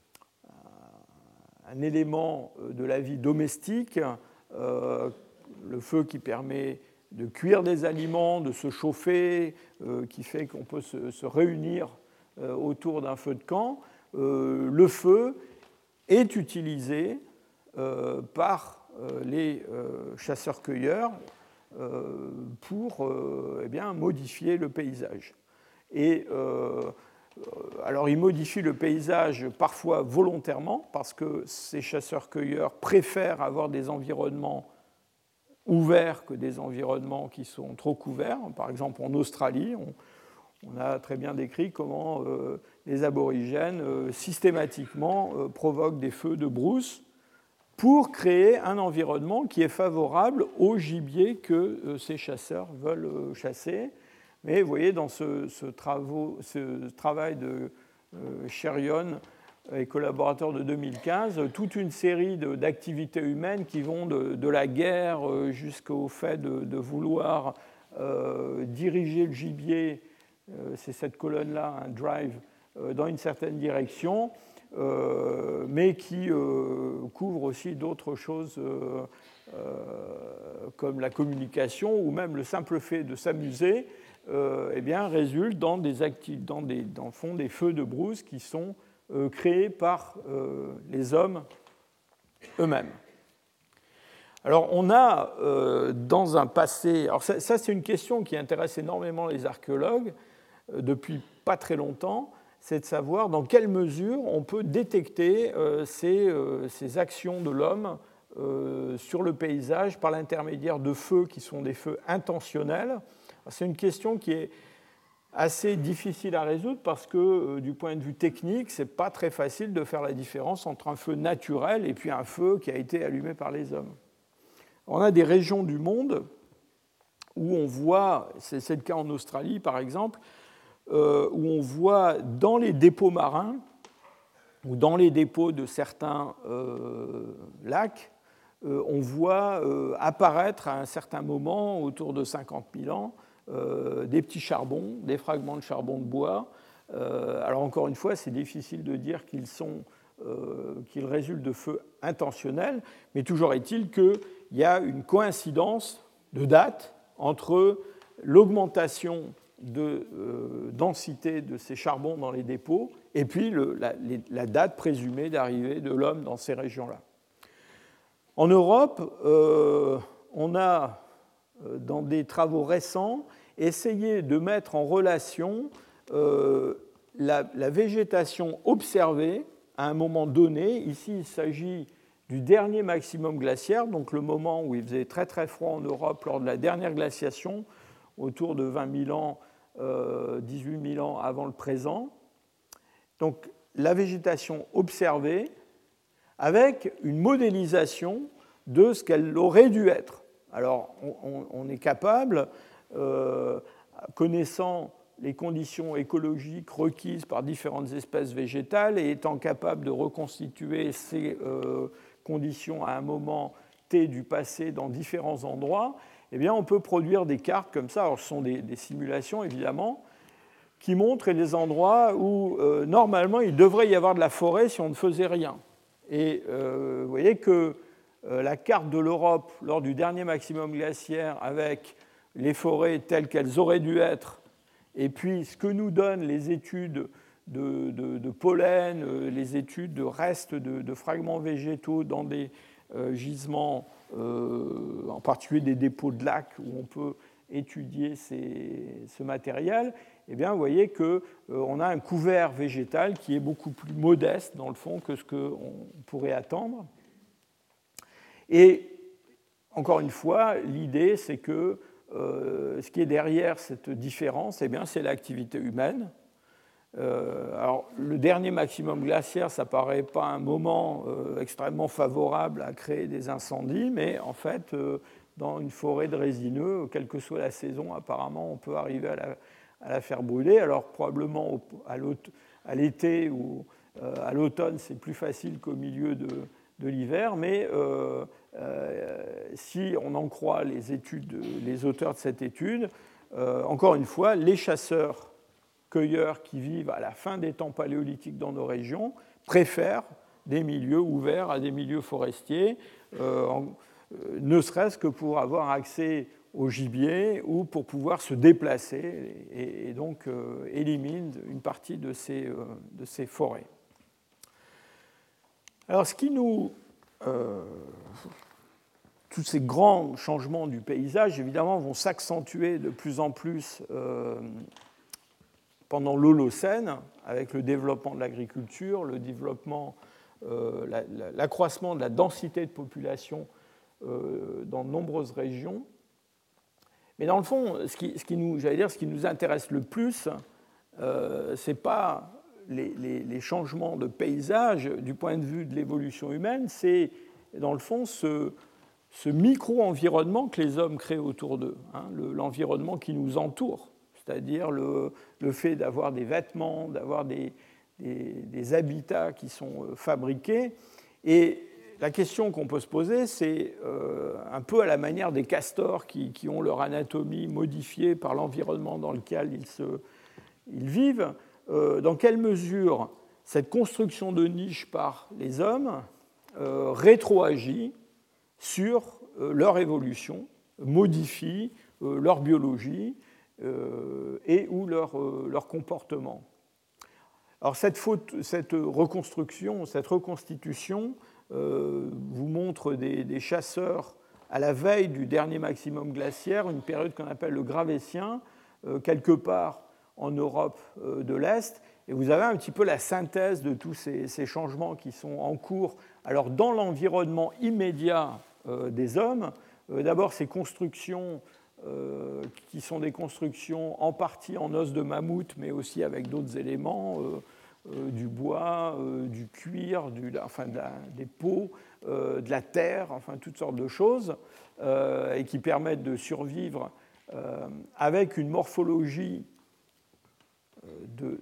[SPEAKER 2] un élément de la vie domestique, euh, le feu qui permet de cuire des aliments, de se chauffer, euh, qui fait qu'on peut se, se réunir euh, autour d'un feu de camp. Euh, le feu est utilisé euh, par euh, les euh, chasseurs-cueilleurs euh, pour euh, eh bien, modifier le paysage. Et euh, alors, ils modifient le paysage parfois volontairement, parce que ces chasseurs-cueilleurs préfèrent avoir des environnements ouverts que des environnements qui sont trop couverts. Par exemple, en Australie, on, On a très bien décrit comment euh, les aborigènes euh, systématiquement euh, provoquent des feux de brousse pour créer un environnement qui est favorable au gibier que euh, ces chasseurs veulent euh, chasser. Mais vous voyez, dans ce, ce, travaux, ce travail de euh, Cherion et collaborateurs de deux mille quinze, toute une série de, d'activités humaines qui vont de, de la guerre euh, jusqu'au fait de, de vouloir euh, diriger le gibier, euh, c'est cette colonne-là, un drive, euh, dans une certaine direction, euh, mais qui euh, couvre aussi d'autres choses euh, euh, comme la communication ou même le simple fait de s'amuser, euh, eh bien, résulte dans, des acti- dans, des, dans le fond des feux de brousse qui sont euh, créés par euh, les hommes eux-mêmes. Alors, on a euh, dans un passé... Alors ça, ça, c'est une question qui intéresse énormément les archéologues euh, depuis pas très longtemps, c'est de savoir dans quelle mesure on peut détecter euh, ces, euh, ces actions de l'homme euh, sur le paysage par l'intermédiaire de feux qui sont des feux intentionnels. Alors, c'est une question qui est assez difficile à résoudre parce que euh, du point de vue technique, ce n'est pas très facile de faire la différence entre un feu naturel et puis un feu qui a été allumé par les hommes. On a des régions du monde où on voit, c'est, c'est le cas en Australie par exemple, euh, où on voit dans les dépôts marins ou dans les dépôts de certains euh, lacs, euh, on voit euh, apparaître à un certain moment, autour de cinquante mille ans, Euh, des petits charbons, des fragments de charbon de bois. Euh, alors encore une fois, c'est difficile de dire qu'ils, sont, euh, qu'ils résultent de feux intentionnels, mais toujours est-il qu'il y a une coïncidence de date entre l'augmentation de euh, densité de ces charbons dans les dépôts et puis le, la, les, la date présumée d'arrivée de l'homme dans ces régions-là. En Europe, euh, on a dans des travaux récents, essayer de mettre en relation euh, la, la végétation observée à un moment donné. Ici, il s'agit du dernier maximum glaciaire, donc le moment où il faisait très très froid en Europe lors de la dernière glaciation, autour de vingt mille ans, euh, dix-huit mille ans avant le présent. Donc la végétation observée avec une modélisation de ce qu'elle aurait dû être. Alors, on, on est capable, euh, connaissant les conditions écologiques requises par différentes espèces végétales et étant capable de reconstituer ces euh, conditions à un moment T du passé dans différents endroits, eh bien, on peut produire des cartes comme ça. Alors, ce sont des, des simulations, évidemment, qui montrent les endroits où, euh, normalement, il devrait y avoir de la forêt si on ne faisait rien. Et euh, vous voyez que la carte de l'Europe lors du dernier maximum glaciaire avec les forêts telles qu'elles auraient dû être, et puis ce que nous donnent les études de, de, de pollen, les études de restes de, de fragments végétaux dans des euh, gisements, euh, en particulier des dépôts de lacs où on peut étudier ces, ce matériel, eh bien, vous voyez qu'on euh, a un couvert végétal qui est beaucoup plus modeste, dans le fond, que ce qu'on pourrait attendre. Et encore une fois, l'idée, c'est que euh, ce qui est derrière cette différence, eh bien, c'est l'activité humaine. Euh, alors, le dernier maximum glaciaire, ça ne paraît pas un moment euh, extrêmement favorable à créer des incendies, mais en fait, euh, dans une forêt de résineux, quelle que soit la saison, apparemment, on peut arriver à la, à la faire brûler. Alors, probablement au, à l'été ou euh, à l'automne, c'est plus facile qu'au milieu de de l'hiver, mais euh, euh, si on en croit les, études, les auteurs de cette étude, euh, encore une fois, les chasseurs-cueilleurs qui vivent à la fin des temps paléolithiques dans nos régions préfèrent des milieux ouverts à des milieux forestiers, euh, en, euh, ne serait-ce que pour avoir accès au gibier ou pour pouvoir se déplacer, et, et donc euh, éliminent une partie de ces, euh, de ces forêts. Alors, ce qui nous. Euh, tous ces grands changements du paysage, évidemment, vont s'accentuer de plus en plus euh, pendant l'Holocène, avec le développement de l'agriculture, le développement, euh, la, la, l'accroissement de la densité de population euh, dans de nombreuses régions. Mais dans le fond, ce qui, ce qui nous, j'allais dire, ce qui nous intéresse le plus, euh, ce n'est pas les, les, les changements de paysage du point de vue de l'évolution humaine, c'est dans le fond ce, ce micro-environnement que les hommes créent autour d'eux, hein, le, l'environnement qui nous entoure, c'est-à-dire le, le fait d'avoir des vêtements, d'avoir des, des, des habitats qui sont fabriqués. Et la question qu'on peut se poser, c'est euh, un peu à la manière des castors qui, qui ont leur anatomie modifiée par l'environnement dans lequel ils, se, ils vivent. Euh, dans quelle mesure cette construction de niche par les hommes euh, rétroagit sur euh, leur évolution, modifie euh, leur biologie euh, et ou leur, euh, leur comportement. Alors cette, faute, cette reconstruction, cette reconstitution euh, vous montre des, des chasseurs à la veille du dernier maximum glaciaire, une période qu'on appelle le Gravétien, euh, quelque part en Europe euh, de l'Est. Et vous avez un petit peu la synthèse de tous ces, ces changements qui sont en cours. Alors dans l'environnement immédiat euh, des hommes, euh, d'abord ces constructions euh, qui sont des constructions en partie en os de mammouth, mais aussi avec d'autres éléments, euh, euh, du bois, euh, du cuir, du, enfin de la, des peaux, euh, de la terre, enfin toutes sortes de choses, euh, et qui permettent de survivre euh, avec une morphologie de,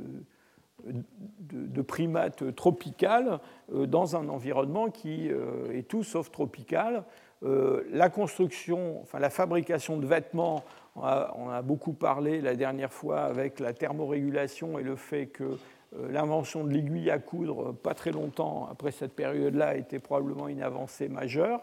[SPEAKER 2] de, de, de primates tropicales euh, dans un environnement qui euh, est tout sauf tropical. Euh, la construction, enfin la fabrication de vêtements, on a, on a beaucoup parlé la dernière fois avec la thermorégulation et le fait que euh, l'invention de l'aiguille à coudre, pas très longtemps après cette période-là, était probablement une avancée majeure.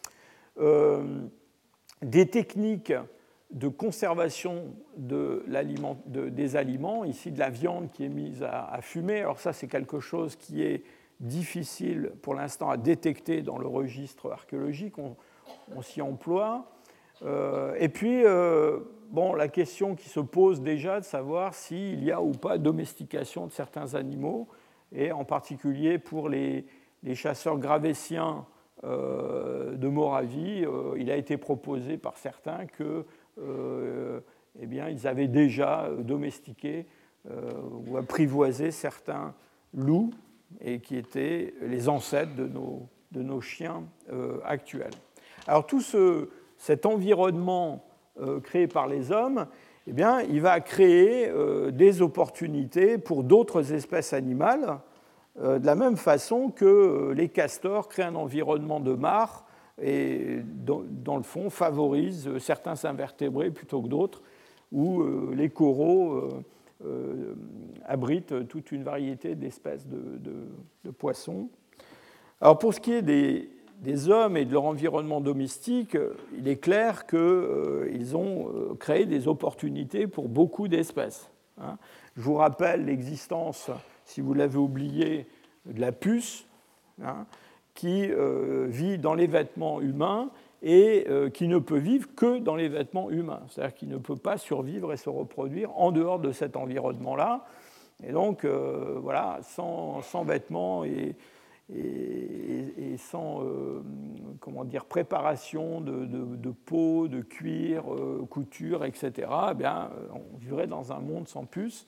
[SPEAKER 2] Euh, des techniques de conservation de de, des aliments, ici de la viande qui est mise à, à fumer. Alors ça, c'est quelque chose qui est difficile pour l'instant à détecter dans le registre archéologique, on, on s'y emploie. Euh, et puis, euh, bon, la question qui se pose déjà de savoir s'il y a ou pas domestication de certains animaux, et en particulier pour les, les chasseurs gravétiens euh, de Moravie, euh, il a été proposé par certains que Euh, eh bien, ils avaient déjà domestiqué euh, ou apprivoisé certains loups et qui étaient les ancêtres de nos, de nos chiens euh, actuels. Alors tout ce, cet environnement euh, créé par les hommes, eh bien, il va créer euh, des opportunités pour d'autres espèces animales, euh, de la même façon que euh, les castors créent un environnement de mares et dans, dans le fond favorise certains invertébrés plutôt que d'autres, où euh, les coraux euh, euh, abritent toute une variété d'espèces de, de, de poissons. Alors pour ce qui est des, des hommes et de leur environnement domestique, il est clair qu'ils euh, ont créé des opportunités pour beaucoup d'espèces. Hein. Je vous rappelle l'existence, si vous l'avez oublié, de la puce, hein, qui euh, vit dans les vêtements humains et euh, qui ne peut vivre que dans les vêtements humains. C'est-à-dire qu'il ne peut pas survivre et se reproduire en dehors de cet environnement-là. Et donc, euh, voilà, sans, sans vêtements et, et, et sans euh, comment dire, préparation de, de, de peau, de cuir, euh, couture, et cetera, eh bien, on vivrait dans un monde sans puce.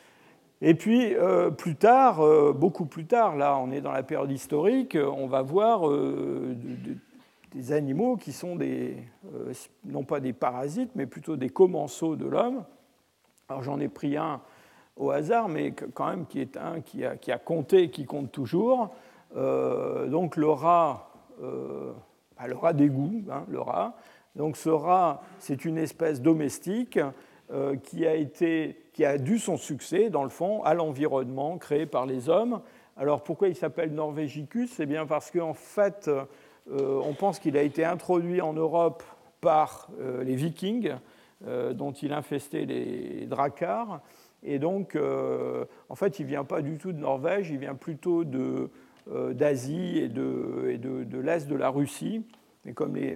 [SPEAKER 2] Et puis, euh, plus tard, euh, beaucoup plus tard, là, on est dans la période historique, on va voir euh, de, de, des animaux qui sont des, euh, non pas des parasites, mais plutôt des commensaux de l'homme. Alors, j'en ai pris un au hasard, mais quand même qui est un qui a, qui a compté et qui compte toujours. Euh, donc, le rat, euh, bah, le rat d'égout, hein, le rat. Donc, ce rat, c'est une espèce domestique euh, qui a été... qui a dû son succès, dans le fond, à l'environnement créé par les hommes. Alors, pourquoi il s'appelle Norvegicus ? C'est bien parce qu'en fait, euh, on pense qu'il a été introduit en Europe par euh, les Vikings, euh, dont il infestait les dracars. Et donc, euh, en fait, il ne vient pas du tout de Norvège, il vient plutôt de, euh, d'Asie et, de, et de, de l'Est de la Russie. Mais comme les...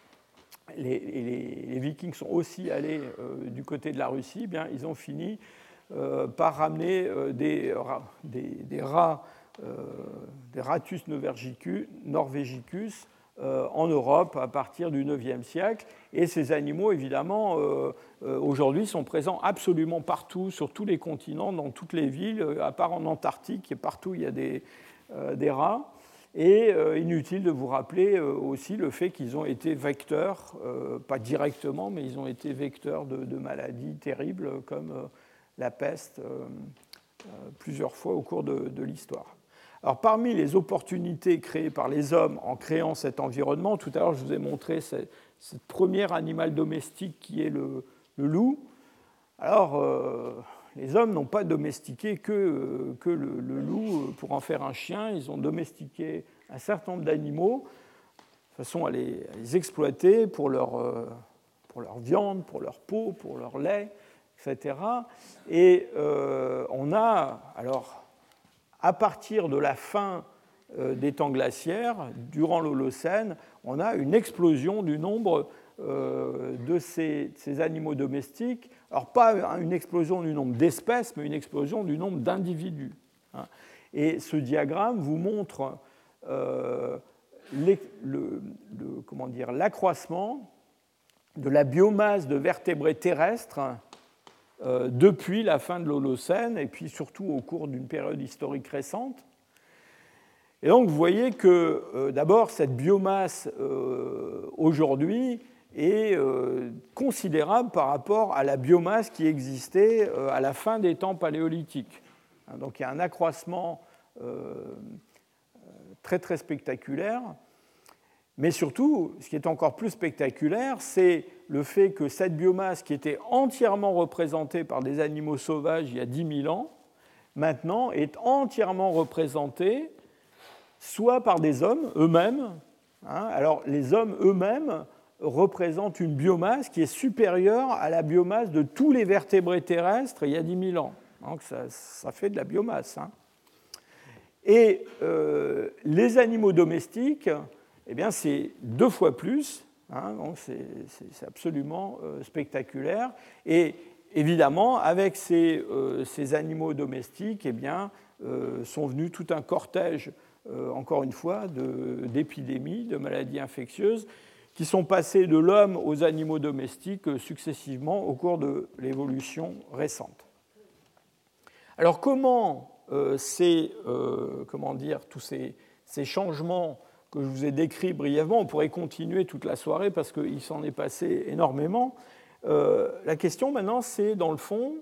[SPEAKER 2] Les, les, les Vikings sont aussi allés euh, du côté de la Russie, eh bien, ils ont fini euh, par ramener euh, des, des, des rats, euh, des Ratus norvegicus, euh, en Europe à partir du neuvième siècle. Et ces animaux, évidemment, euh, euh, aujourd'hui sont présents absolument partout, sur tous les continents, dans toutes les villes, à part en Antarctique, et partout il y a des, euh, des rats. Et euh, inutile de vous rappeler euh, aussi le fait qu'ils ont été vecteurs, euh, pas directement, mais ils ont été vecteurs de, de maladies terribles comme euh, la peste euh, euh, plusieurs fois au cours de, de l'histoire. Alors, parmi les opportunités créées par les hommes en créant cet environnement, tout à l'heure je vous ai montré ce premier animal domestique qui est le, le loup. Alors, euh, les hommes n'ont pas domestiqué que, euh, que le, le loup pour en faire un chien, ils ont domestiqué un certain nombre d'animaux de façon à les, à les exploiter pour leur, euh, pour leur viande, pour leur peau, pour leur lait, et cetera. Et euh, on a, alors, à partir de la fin euh, des temps glaciaires, durant l'Holocène, on a une explosion du nombre euh, de ces, ces animaux domestiques. Alors, pas une explosion du nombre d'espèces, mais une explosion du nombre d'individus. Hein. Et ce diagramme vous montre euh, les, le, le, comment dire, l'accroissement de la biomasse de vertébrés terrestres euh, depuis la fin de l'Holocène et puis surtout au cours d'une période historique récente. Et donc vous voyez que euh, d'abord cette biomasse euh, aujourd'hui est euh, considérable par rapport à la biomasse qui existait euh, à la fin des temps paléolithiques. Hein, donc il y a un accroissement euh, très très spectaculaire. Mais surtout, ce qui est encore plus spectaculaire, c'est le fait que cette biomasse qui était entièrement représentée par des animaux sauvages il y a dix mille ans, maintenant est entièrement représentée soit par des hommes eux-mêmes. Hein, alors les hommes eux-mêmes représentent une biomasse qui est supérieure à la biomasse de tous les vertébrés terrestres il y a dix mille ans. Donc ça, ça fait de la biomasse. Hein. Et euh, les animaux domestiques, eh bien, c'est deux fois plus, hein, donc c'est, c'est, c'est absolument euh, spectaculaire. Et évidemment, avec ces, euh, ces animaux domestiques, eh bien, euh, sont venus tout un cortège, euh, encore une fois, de, d'épidémies, de maladies infectieuses, qui sont passées de l'homme aux animaux domestiques euh, successivement au cours de l'évolution récente. Alors, comment, euh, ces, euh, comment dire, tous ces, ces changements que je vous ai décrit brièvement, on pourrait continuer toute la soirée parce qu'il s'en est passé énormément. Euh, la question maintenant, c'est dans le fond,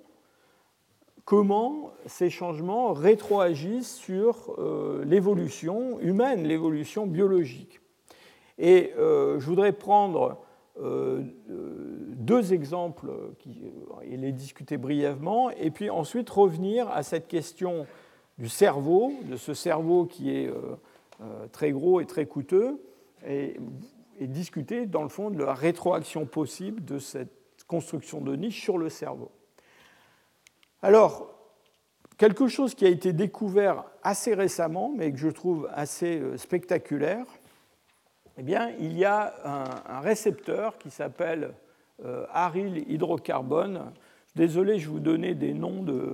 [SPEAKER 2] comment ces changements rétroagissent sur euh, l'évolution humaine, l'évolution biologique. Et euh, je voudrais prendre euh, deux exemples qui, et les discuter brièvement, et puis ensuite revenir à cette question du cerveau, de ce cerveau qui est... Euh, Euh, très gros et très coûteux, et, et discuter dans le fond de la rétroaction possible de cette construction de niche sur le cerveau. Alors, quelque chose qui a été découvert assez récemment, mais que je trouve assez spectaculaire, eh bien, il y a un, un récepteur qui s'appelle euh, aryl hydrocarbone. Désolé, je vous donnais des noms de...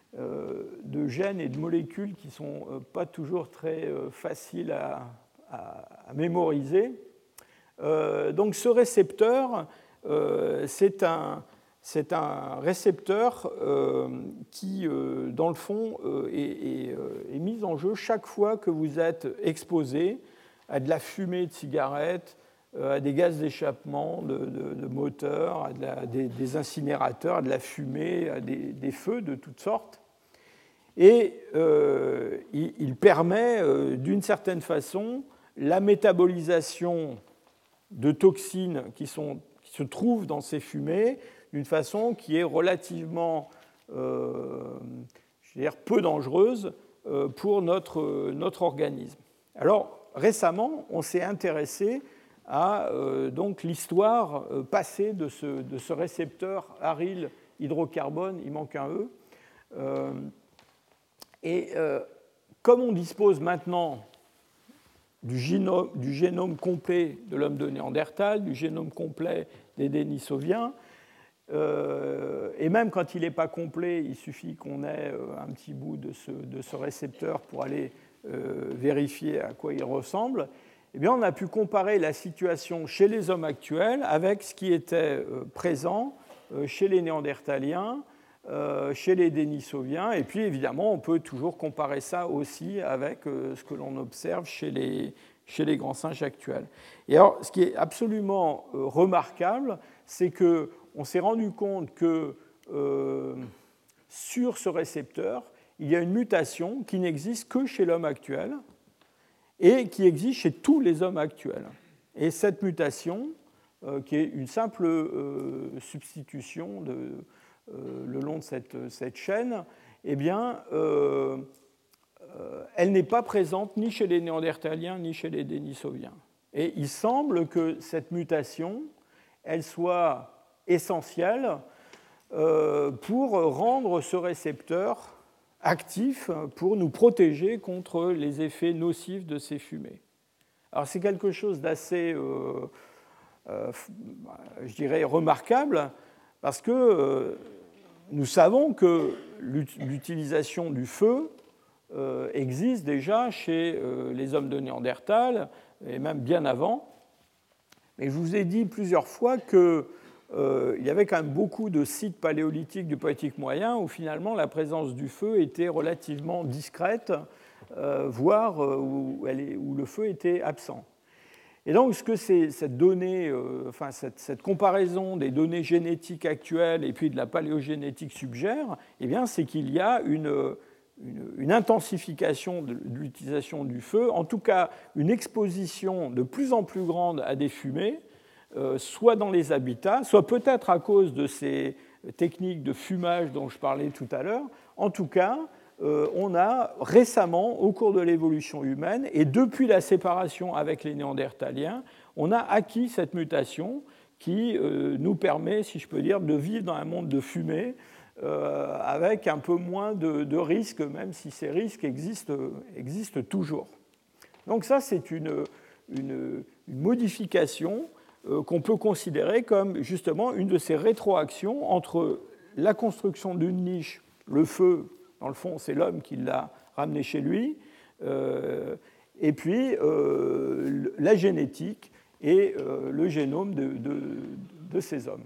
[SPEAKER 2] de gènes et de molécules qui ne sont pas toujours très faciles à, à, à mémoriser. Euh, donc ce récepteur, euh, c'est, un, c'est un récepteur euh, qui, euh, dans le fond, euh, est, est, est mis en jeu chaque fois que vous êtes exposé à de la fumée de cigarette, à des gaz d'échappement de, de, de moteurs, à de la, des, des incinérateurs, à de la fumée, à des, des feux de toutes sortes. Et euh, il, il permet, euh, d'une certaine façon, la métabolisation de toxines qui, sont, qui se trouvent dans ces fumées d'une façon qui est relativement euh, je veux dire, peu dangereuse euh, pour notre, notre organisme. Alors, récemment, on s'est intéressé à euh, donc, l'histoire euh, passée de ce, de ce récepteur aryl hydrocarbone, il manque un E. Euh, et euh, comme on dispose maintenant du génome, du génome complet de l'homme de Néandertal, du génome complet des Denisoviens, euh, et même quand il n'est pas complet, il suffit qu'on ait euh, un petit bout de ce, de ce récepteur pour aller euh, vérifier à quoi il ressemble, eh bien, on a pu comparer la situation chez les hommes actuels avec ce qui était présent chez les Néandertaliens, chez les Denisoviens, et puis évidemment, on peut toujours comparer ça aussi avec ce que l'on observe chez les, chez les grands singes actuels. Et alors, ce qui est absolument remarquable, c'est qu'on s'est rendu compte que euh, sur ce récepteur, il y a une mutation qui n'existe que chez l'homme actuel, et qui existe chez tous les hommes actuels. Et cette mutation, euh, qui est une simple euh, substitution de, euh, le long de cette, cette chaîne, eh bien, euh, euh, elle n'est pas présente ni chez les Néandertaliens ni chez les Denisoviens. Et il semble que cette mutation, elle soit essentielle euh, pour rendre ce récepteur actif pour nous protéger contre les effets nocifs de ces fumées. Alors c'est quelque chose d'assez, euh, euh, je dirais, remarquable, parce que euh, nous savons que l'utilisation du feu euh, existe déjà chez euh, les hommes de Néandertal, et même bien avant. Mais je vous ai dit plusieurs fois que Euh, il y avait quand même beaucoup de sites paléolithiques du Paléolithique moyen où finalement la présence du feu était relativement discrète, euh, voire euh, où, elle est, où le feu était absent. Et donc ce que c'est, cette donnée, euh, enfin cette, cette comparaison des données génétiques actuelles et puis de la paléogénétique suggère, eh bien, c'est qu'il y a une, une, une intensification de, de l'utilisation du feu, en tout cas une exposition de plus en plus grande à des fumées, Euh, soit dans les habitats, soit peut-être à cause de ces techniques de fumage dont je parlais tout à l'heure. En tout cas, euh, on a récemment, au cours de l'évolution humaine, et depuis la séparation avec les Néandertaliens, on a acquis cette mutation qui euh, nous permet, si je peux dire, de vivre dans un monde de fumée euh, avec un peu moins de, de risques, même si ces risques existent, existent toujours. Donc ça, c'est une, une, une modification qu'on peut considérer comme justement une de ces rétroactions entre la construction d'une niche, le feu, dans le fond, c'est l'homme qui l'a ramené chez lui, euh, et puis euh, la génétique et euh, le génome de, de, de ces hommes.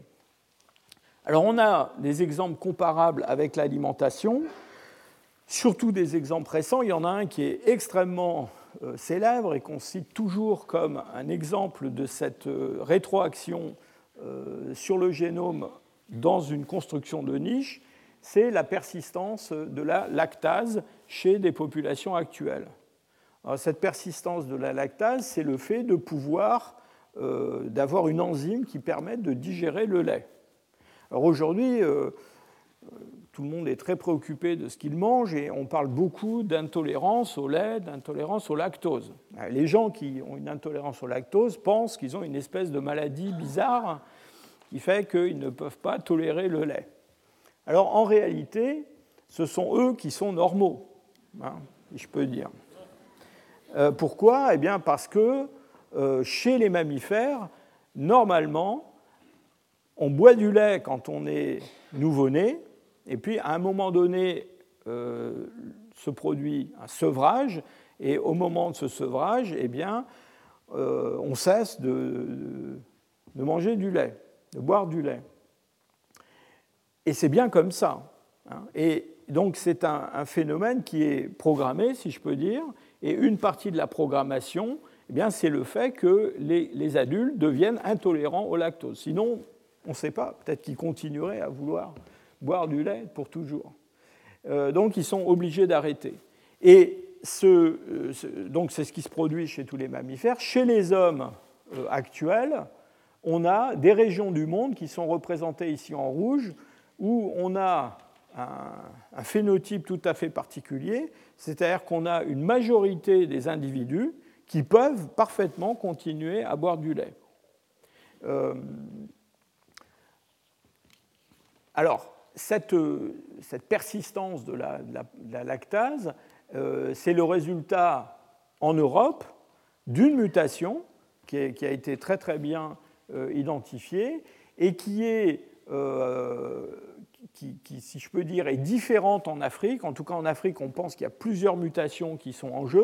[SPEAKER 2] Alors on a des exemples comparables avec l'alimentation, surtout des exemples récents. Il y en a un qui est extrêmement euh, célèbre et qu'on cite toujours comme un exemple de cette euh, rétroaction euh, sur le génome dans une construction de niche, c'est la persistance de la lactase chez des populations actuelles. Alors, cette persistance de la lactase, c'est le fait de pouvoir, euh, d'avoir une enzyme qui permette de digérer le lait. Alors aujourd'hui, euh, tout le monde est très préoccupé de ce qu'il mange et on parle beaucoup d'intolérance au lait, d'intolérance au lactose. Les gens qui ont une intolérance au lactose pensent qu'ils ont une espèce de maladie bizarre qui fait qu'ils ne peuvent pas tolérer le lait. Alors en réalité, ce sont eux qui sont normaux, hein, si je peux dire. Euh, pourquoi ? Eh bien parce que euh, chez les mammifères, normalement, on boit du lait quand on est nouveau-né, et puis à un moment donné euh, se produit un sevrage, et au moment de ce sevrage, eh bien, euh, on cesse de, de, de manger du lait, de boire du lait. Et c'est bien comme ça. Hein. Et donc c'est un, un phénomène qui est programmé, si je peux dire, et une partie de la programmation, eh bien, c'est le fait que les, les adultes deviennent intolérants au lactose. Sinon, on ne sait pas, peut-être qu'ils continueraient à vouloir boire du lait pour toujours. Euh, donc, ils sont obligés d'arrêter. Et ce, ce, donc, c'est ce qui se produit chez tous les mammifères. Chez les hommes euh, actuels, on a des régions du monde qui sont représentées ici en rouge, où on a un, un phénotype tout à fait particulier, c'est-à-dire qu'on a une majorité des individus qui peuvent parfaitement continuer à boire du lait. Euh, alors, Cette, cette persistance de la, de la, de la lactase, euh, c'est le résultat en Europe d'une mutation qui, est, qui a été très très bien euh, identifiée et qui est, euh, qui, qui, si je peux dire, est différente en Afrique. En tout cas, en Afrique, on pense qu'il y a plusieurs mutations qui sont en jeu.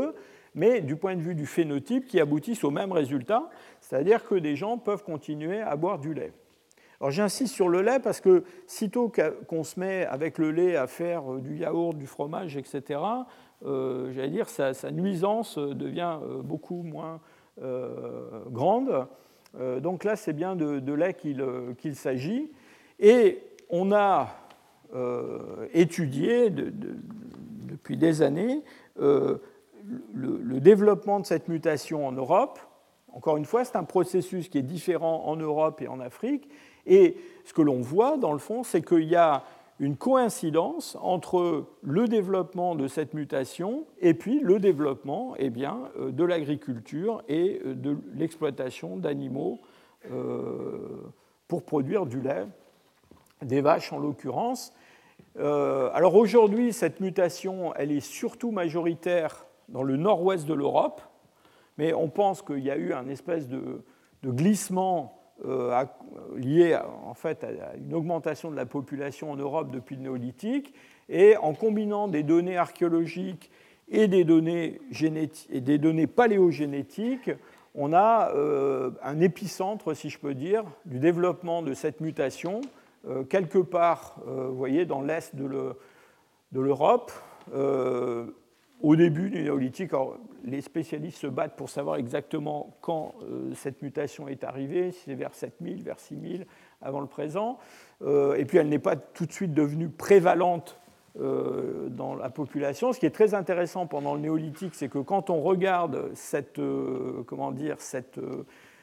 [SPEAKER 2] mais du point de vue du phénotype qui aboutissent au même résultat, c'est-à-dire que des gens peuvent continuer à boire du lait. Alors j'insiste sur le lait parce que sitôt qu'on se met avec le lait à faire du yaourt, du fromage, et cetera, euh, j'allais dire sa, sa nuisance devient beaucoup moins euh, grande. Euh, donc là, c'est bien de, de lait qu'il, qu'il s'agit. Et on a euh, étudié de, de, depuis des années euh, le, le développement de cette mutation en Europe. Encore une fois, c'est un processus qui est différent en Europe et en Afrique. Et ce que l'on voit, dans le fond, c'est qu'il y a une coïncidence entre le développement de cette mutation et puis le développement eh bien, de l'agriculture et de l'exploitation d'animaux euh, pour produire du lait, des vaches en l'occurrence. Euh, alors aujourd'hui, cette mutation, elle est surtout majoritaire dans le nord-ouest de l'Europe, mais on pense qu'il y a eu un espèce de, de glissement euh, à, lié à, en fait, à une augmentation de la population en Europe depuis le néolithique, et en combinant des données archéologiques et des données, généti- et des données paléogénétiques, on a euh, un épicentre, si je peux dire, du développement de cette mutation, euh, quelque part, euh, vous voyez, dans l'est de, le, de l'Europe, euh, au début du néolithique. Alors, les spécialistes se battent pour savoir exactement quand euh, cette mutation est arrivée, si c'est vers sept mille, vers six mille, avant le présent. Euh, et puis, elle n'est pas tout de suite devenue prévalente euh, dans la population. Ce qui est très intéressant pendant le néolithique, c'est que quand on regarde cette, euh, comment dire, cette, euh,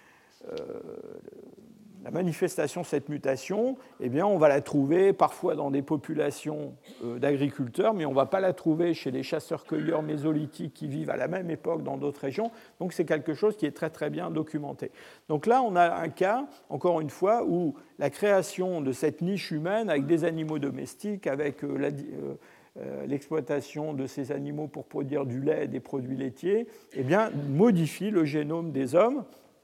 [SPEAKER 2] la manifestation de cette mutation, eh bien, on va la trouver parfois dans des populations d'agriculteurs, mais on ne va pas la trouver chez les chasseurs-cueilleurs mésolithiques qui vivent à la même époque dans d'autres régions. Donc c'est quelque chose qui est très très bien documenté. Donc là, on a un cas, encore une fois, où la création de cette niche humaine avec des animaux domestiques, avec la, euh, l'exploitation de ces animaux pour produire du lait et des produits laitiers, eh bien, modifie le génome des hommes.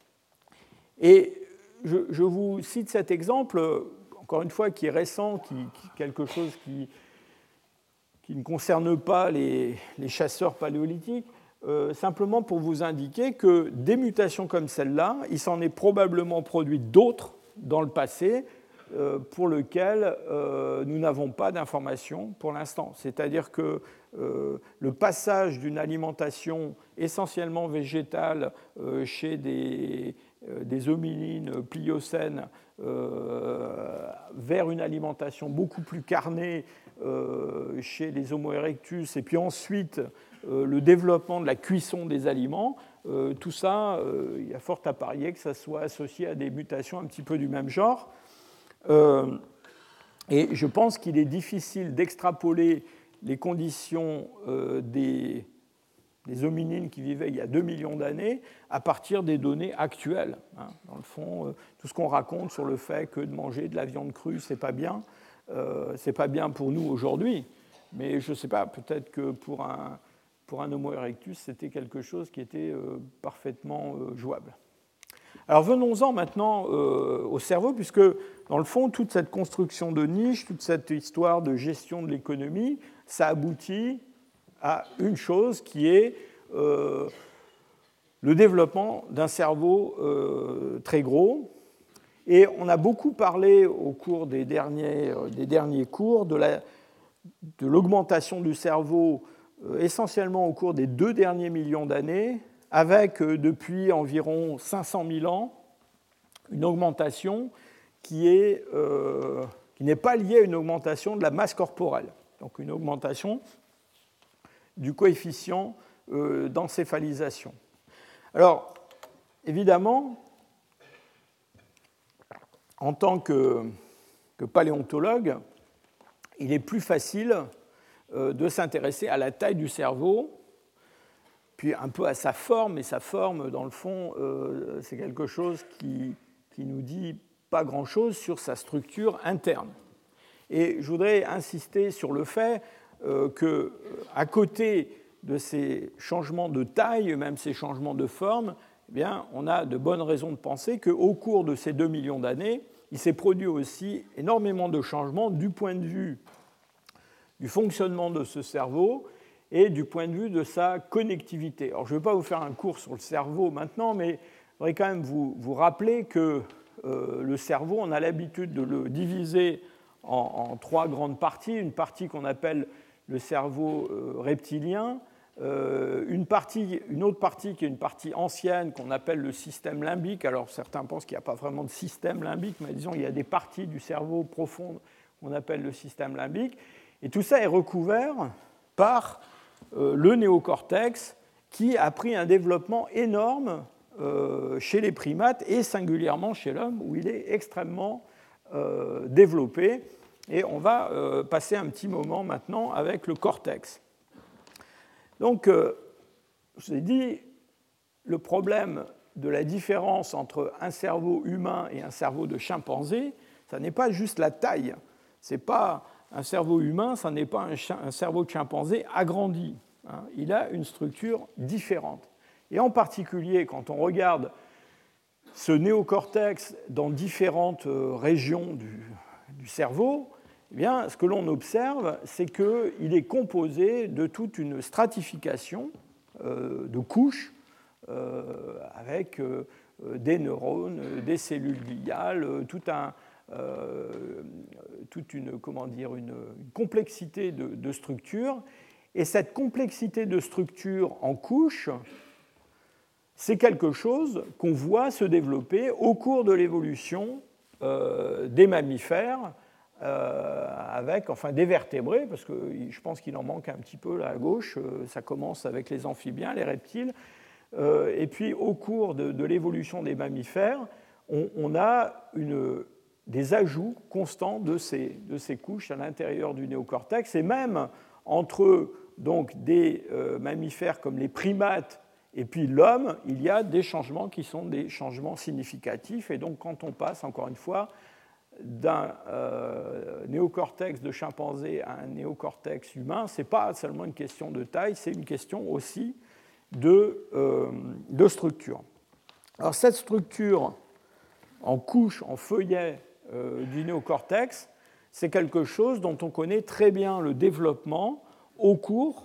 [SPEAKER 2] Et Je, je vous cite cet exemple, encore une fois, qui est récent, qui, qui quelque chose qui, qui ne concerne pas les, les chasseurs paléolithiques, euh, simplement pour vous indiquer que des mutations comme celle-là, il s'en est probablement produit d'autres dans le passé euh, pour lesquelles euh, nous n'avons pas d'informations pour l'instant. C'est-à-dire que euh, le passage d'une alimentation essentiellement végétale euh, chez des des hominines pliocènes euh, vers une alimentation beaucoup plus carnée euh, chez les Homo erectus, et puis ensuite euh, le développement de la cuisson des aliments, euh, tout ça, euh, il y a fort à parier que ça soit associé à des mutations un petit peu du même genre. Euh, et je pense qu'il est difficile d'extrapoler les conditions euh, des des hominines qui vivaient il y a deux millions d'années, à partir des données actuelles. Dans le fond, tout ce qu'on raconte sur le fait que de manger de la viande crue, c'est pas bien, euh, c'est pas bien pour nous aujourd'hui, mais je ne sais pas, peut-être que pour un, pour un Homo erectus, c'était quelque chose qui était euh, parfaitement euh, jouable. Alors venons-en maintenant euh, au cerveau, puisque dans le fond, toute cette construction de niche, toute cette histoire de gestion de l'économie, ça aboutit à une chose qui est euh, le développement d'un cerveau euh, très gros. Et on a beaucoup parlé au cours des derniers, euh, des derniers cours de, la, de l'augmentation du cerveau euh, essentiellement au cours des deux derniers millions d'années, avec euh, depuis environ cinq cent mille ans une augmentation qui, est, euh, qui n'est pas liée à une augmentation de la masse corporelle, donc une augmentation du coefficient euh, d'encéphalisation. Alors, évidemment, en tant que, que paléontologue, il est plus facile euh, de s'intéresser à la taille du cerveau, puis un peu à sa forme, et sa forme, dans le fond, euh, c'est quelque chose qui, qui nous dit pas grand-chose sur sa structure interne. Et je voudrais insister sur le fait Euh, qu'à côté de ces changements de taille, même ces changements de forme, eh bien, on a de bonnes raisons de penser qu'au cours de ces deux millions d'années, il s'est produit aussi énormément de changements du point de vue du fonctionnement de ce cerveau et du point de vue de sa connectivité. Alors, je ne vais pas vous faire un cours sur le cerveau maintenant, mais je voudrais quand même vous, vous rappeler que euh, le cerveau, on a l'habitude de le diviser en, en trois grandes parties. Une partie qu'on appelle le cerveau euh, reptilien, euh, une, partie, une autre partie qui est une partie ancienne qu'on appelle le système limbique. Alors, certains pensent qu'il n'y a pas vraiment de système limbique, mais disons qu'il y a des parties du cerveau profondes qu'on appelle le système limbique. Et tout ça est recouvert par euh, le néocortex qui a pris un développement énorme euh, chez les primates et singulièrement chez l'homme où il est extrêmement euh, développé. Et on va euh, passer un petit moment maintenant avec le cortex. Donc, euh, je vous ai dit, le problème de la différence entre un cerveau humain et un cerveau de chimpanzé, ça n'est pas juste la taille. C'est pas un cerveau humain, ça n'est pas un, un cerveau de chimpanzé agrandi. Hein. Il a une structure différente. Et en particulier, quand on regarde ce néocortex dans différentes régions du, du cerveau, eh bien, ce que l'on observe, c'est qu'il est composé de toute une stratification euh, de couches euh, avec euh, des neurones, des cellules gliales, tout un, euh, toute une, comment dire, une, une complexité de, de structures. Et cette complexité de structures en couches, c'est quelque chose qu'on voit se développer au cours de l'évolution euh, des mammifères, Euh, avec enfin, des vertébrés, parce que je pense qu'il en manque un petit peu là à gauche, euh, ça commence avec les amphibiens, les reptiles, euh, et puis au cours de, de l'évolution des mammifères, on, on a une, des ajouts constants de ces, de ces couches à l'intérieur du néocortex, et même entre donc, des euh, mammifères comme les primates et puis l'homme, il y a des changements qui sont des changements significatifs, et donc quand on passe, encore une fois, d'un euh, néocortex de chimpanzé à un néocortex humain, ce n'est pas seulement une question de taille, c'est une question aussi de, euh, de structure. Alors cette structure en couche, en feuillet euh, du néocortex, c'est quelque chose dont on connaît très bien le développement au cours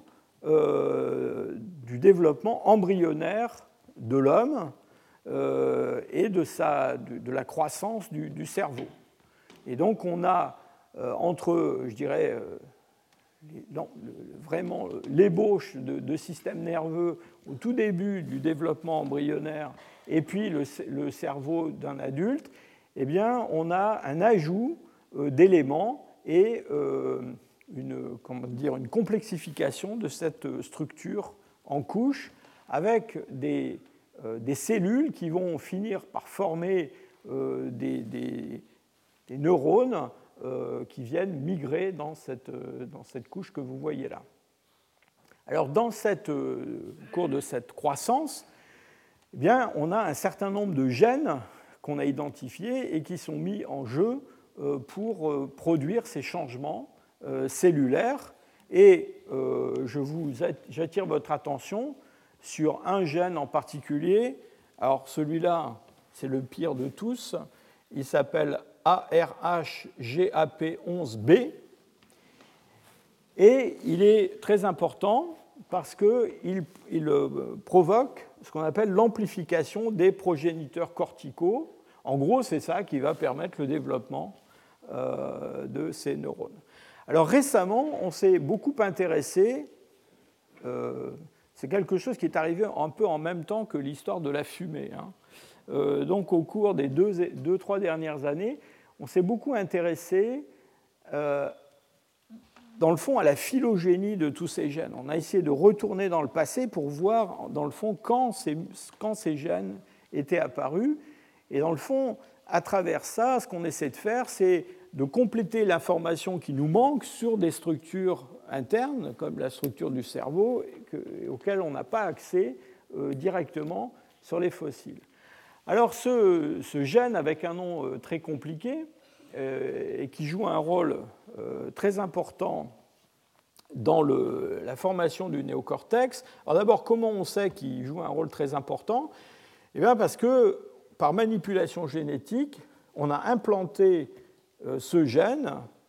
[SPEAKER 2] euh, du développement embryonnaire de l'homme euh, et de, sa, de, de la croissance du, du cerveau. Et donc, on a euh, entre, je dirais, euh, les, non, le, vraiment euh, l'ébauche de, de systèmes nerveux au tout début du développement embryonnaire et puis le, le cerveau d'un adulte, eh bien, on a un ajout euh, d'éléments et euh, une, comment dire, une complexification de cette structure en couches avec des, euh, des cellules qui vont finir par former euh, des, des des neurones euh, qui viennent migrer dans cette, euh, dans cette couche que vous voyez là. Alors, dans cette, euh, au cours de cette croissance, eh bien, on a un certain nombre de gènes qu'on a identifiés et qui sont mis en jeu euh, pour euh, produire ces changements euh, cellulaires. Et euh, je vous, j'attire votre attention sur un gène en particulier. Alors, celui-là, c'est le pire de tous. Il s'appelle A R H G A P onze B, et il est très important parce qu'il il provoque ce qu'on appelle l'amplification des progéniteurs corticaux. En gros, c'est ça qui va permettre le développement euh, de ces neurones. Alors récemment, on s'est beaucoup intéressé, euh, c'est quelque chose qui est arrivé un peu en même temps que l'histoire de la fumée, hein. Euh, donc au cours des deux, deux, trois dernières années, on s'est beaucoup intéressé, euh, dans le fond, à la phylogénie de tous ces gènes. On a essayé de retourner dans le passé pour voir, dans le fond, quand ces, quand ces gènes étaient apparus. Et dans le fond, à travers ça, ce qu'on essaie de faire, c'est de compléter l'information qui nous manque sur des structures internes, comme la structure du cerveau, que, auxquelles on n'a pas accès euh, directement sur les fossiles. Alors ce, ce gène avec un nom euh, très compliqué euh, et qui joue un rôle euh, très important dans le, la formation du néocortex. Alors d'abord, comment on sait qu'il joue un rôle très important ? Eh bien parce que par manipulation génétique, on a implanté euh, ce gène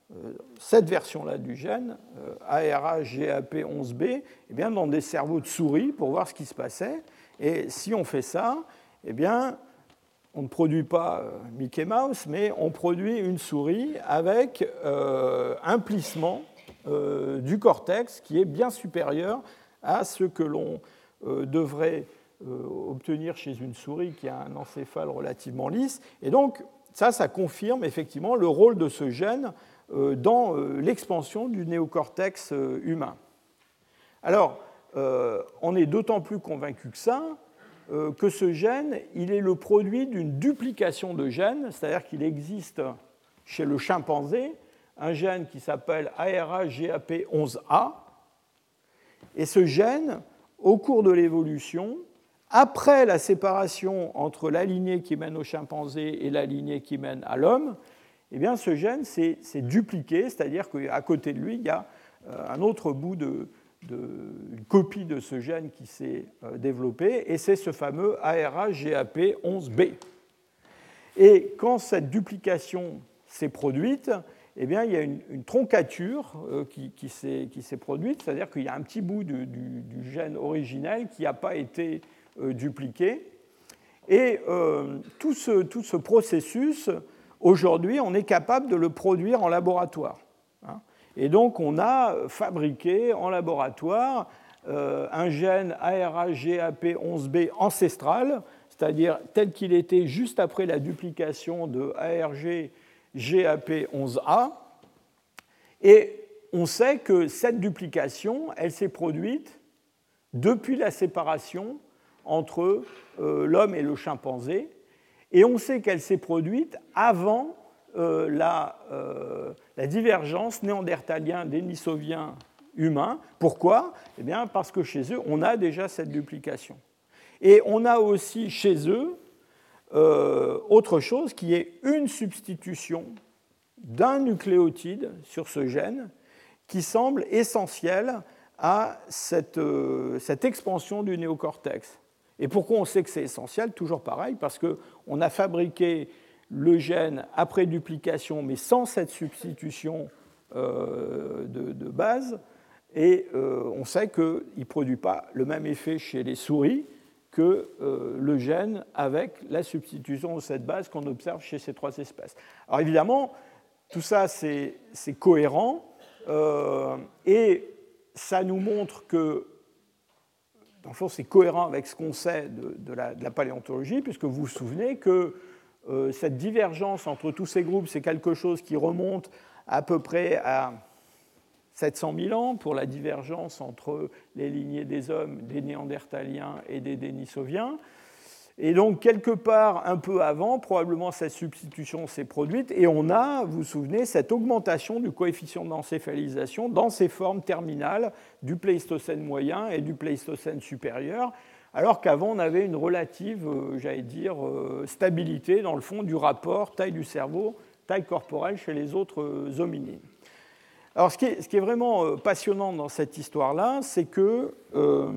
[SPEAKER 2] cette version-là du gène, A R H G A P onze B, eh bien, dans des cerveaux de souris pour voir ce qui se passait. Et si on fait ça, eh bien, on ne produit pas Mickey Mouse, mais on produit une souris avec euh, un plissement euh, du cortex qui est bien supérieur à ce que l'on euh, devrait euh, obtenir chez une souris qui a un encéphale relativement lisse. Et donc, ça, ça confirme effectivement le rôle de ce gène euh, dans euh, l'expansion du néocortex euh, humain. Alors, euh, on est d'autant plus convaincu que ça, euh, que ce gène, il est le produit d'une duplication de gènes, c'est-à-dire qu'il existe chez le chimpanzé un gène qui s'appelle A R H G A P onze A, et ce gène, au cours de l'évolution, après la séparation entre la lignée qui mène au chimpanzé et la lignée qui mène à l'homme, eh bien, ce gène s'est dupliqué, c'est-à-dire qu'à côté de lui, il y a un autre bout de, de une copie de ce gène qui s'est développé, et c'est ce fameux A R H G A P onze B. Et quand cette duplication s'est produite, eh bien, il y a une, une troncature euh, qui, qui s'est produite, c'est-à-dire qu'il y a un petit bout du, du, du gène originel qui n'a pas été euh, dupliqué. Et euh, tout, ce, tout ce processus, aujourd'hui, on est capable de le produire en laboratoire. Hein. Et donc, on a fabriqué en laboratoire euh, un gène A R H G A P onze B ancestral, c'est-à-dire tel qu'il était juste après la duplication de A R G G A P onze A, et on sait que cette duplication, elle s'est produite depuis la séparation entre euh, l'homme et le chimpanzé, et on sait qu'elle s'est produite avant euh, la, euh, la divergence néandertalien-dénisovien humain. Pourquoi ? Eh bien, parce que chez eux, on a déjà cette duplication. Et on a aussi chez eux Euh, autre chose qui est une substitution d'un nucléotide sur ce gène qui semble essentielle à cette, euh, cette expansion du néocortex. Et pourquoi on sait que c'est essentiel ? Toujours pareil, parce qu'on a fabriqué le gène après duplication, mais sans cette substitution euh, de, de base, et euh, on sait qu'il ne produit pas le même effet chez les souris que euh, le gène avec la substitution de cette base qu'on observe chez ces trois espèces. Alors évidemment, tout ça c'est cohérent euh, et ça nous montre que, dans le fond, c'est cohérent avec ce qu'on sait de, de, la, de la paléontologie, puisque vous vous souvenez que euh, cette divergence entre tous ces groupes, c'est quelque chose qui remonte à peu près à sept cent mille ans pour la divergence entre les lignées des hommes, des néandertaliens et des dénisoviens. Et donc, quelque part un peu avant, probablement cette substitution s'est produite, et on a, vous vous souvenez, cette augmentation du coefficient d'encéphalisation dans ces formes terminales du Pléistocène moyen et du Pléistocène supérieur, alors qu'avant, on avait une relative, j'allais dire, stabilité, dans le fond, du rapport taille du cerveau, taille corporelle chez les autres hominines. Alors, ce qui, est, ce qui est vraiment passionnant dans cette histoire-là, c'est que euh,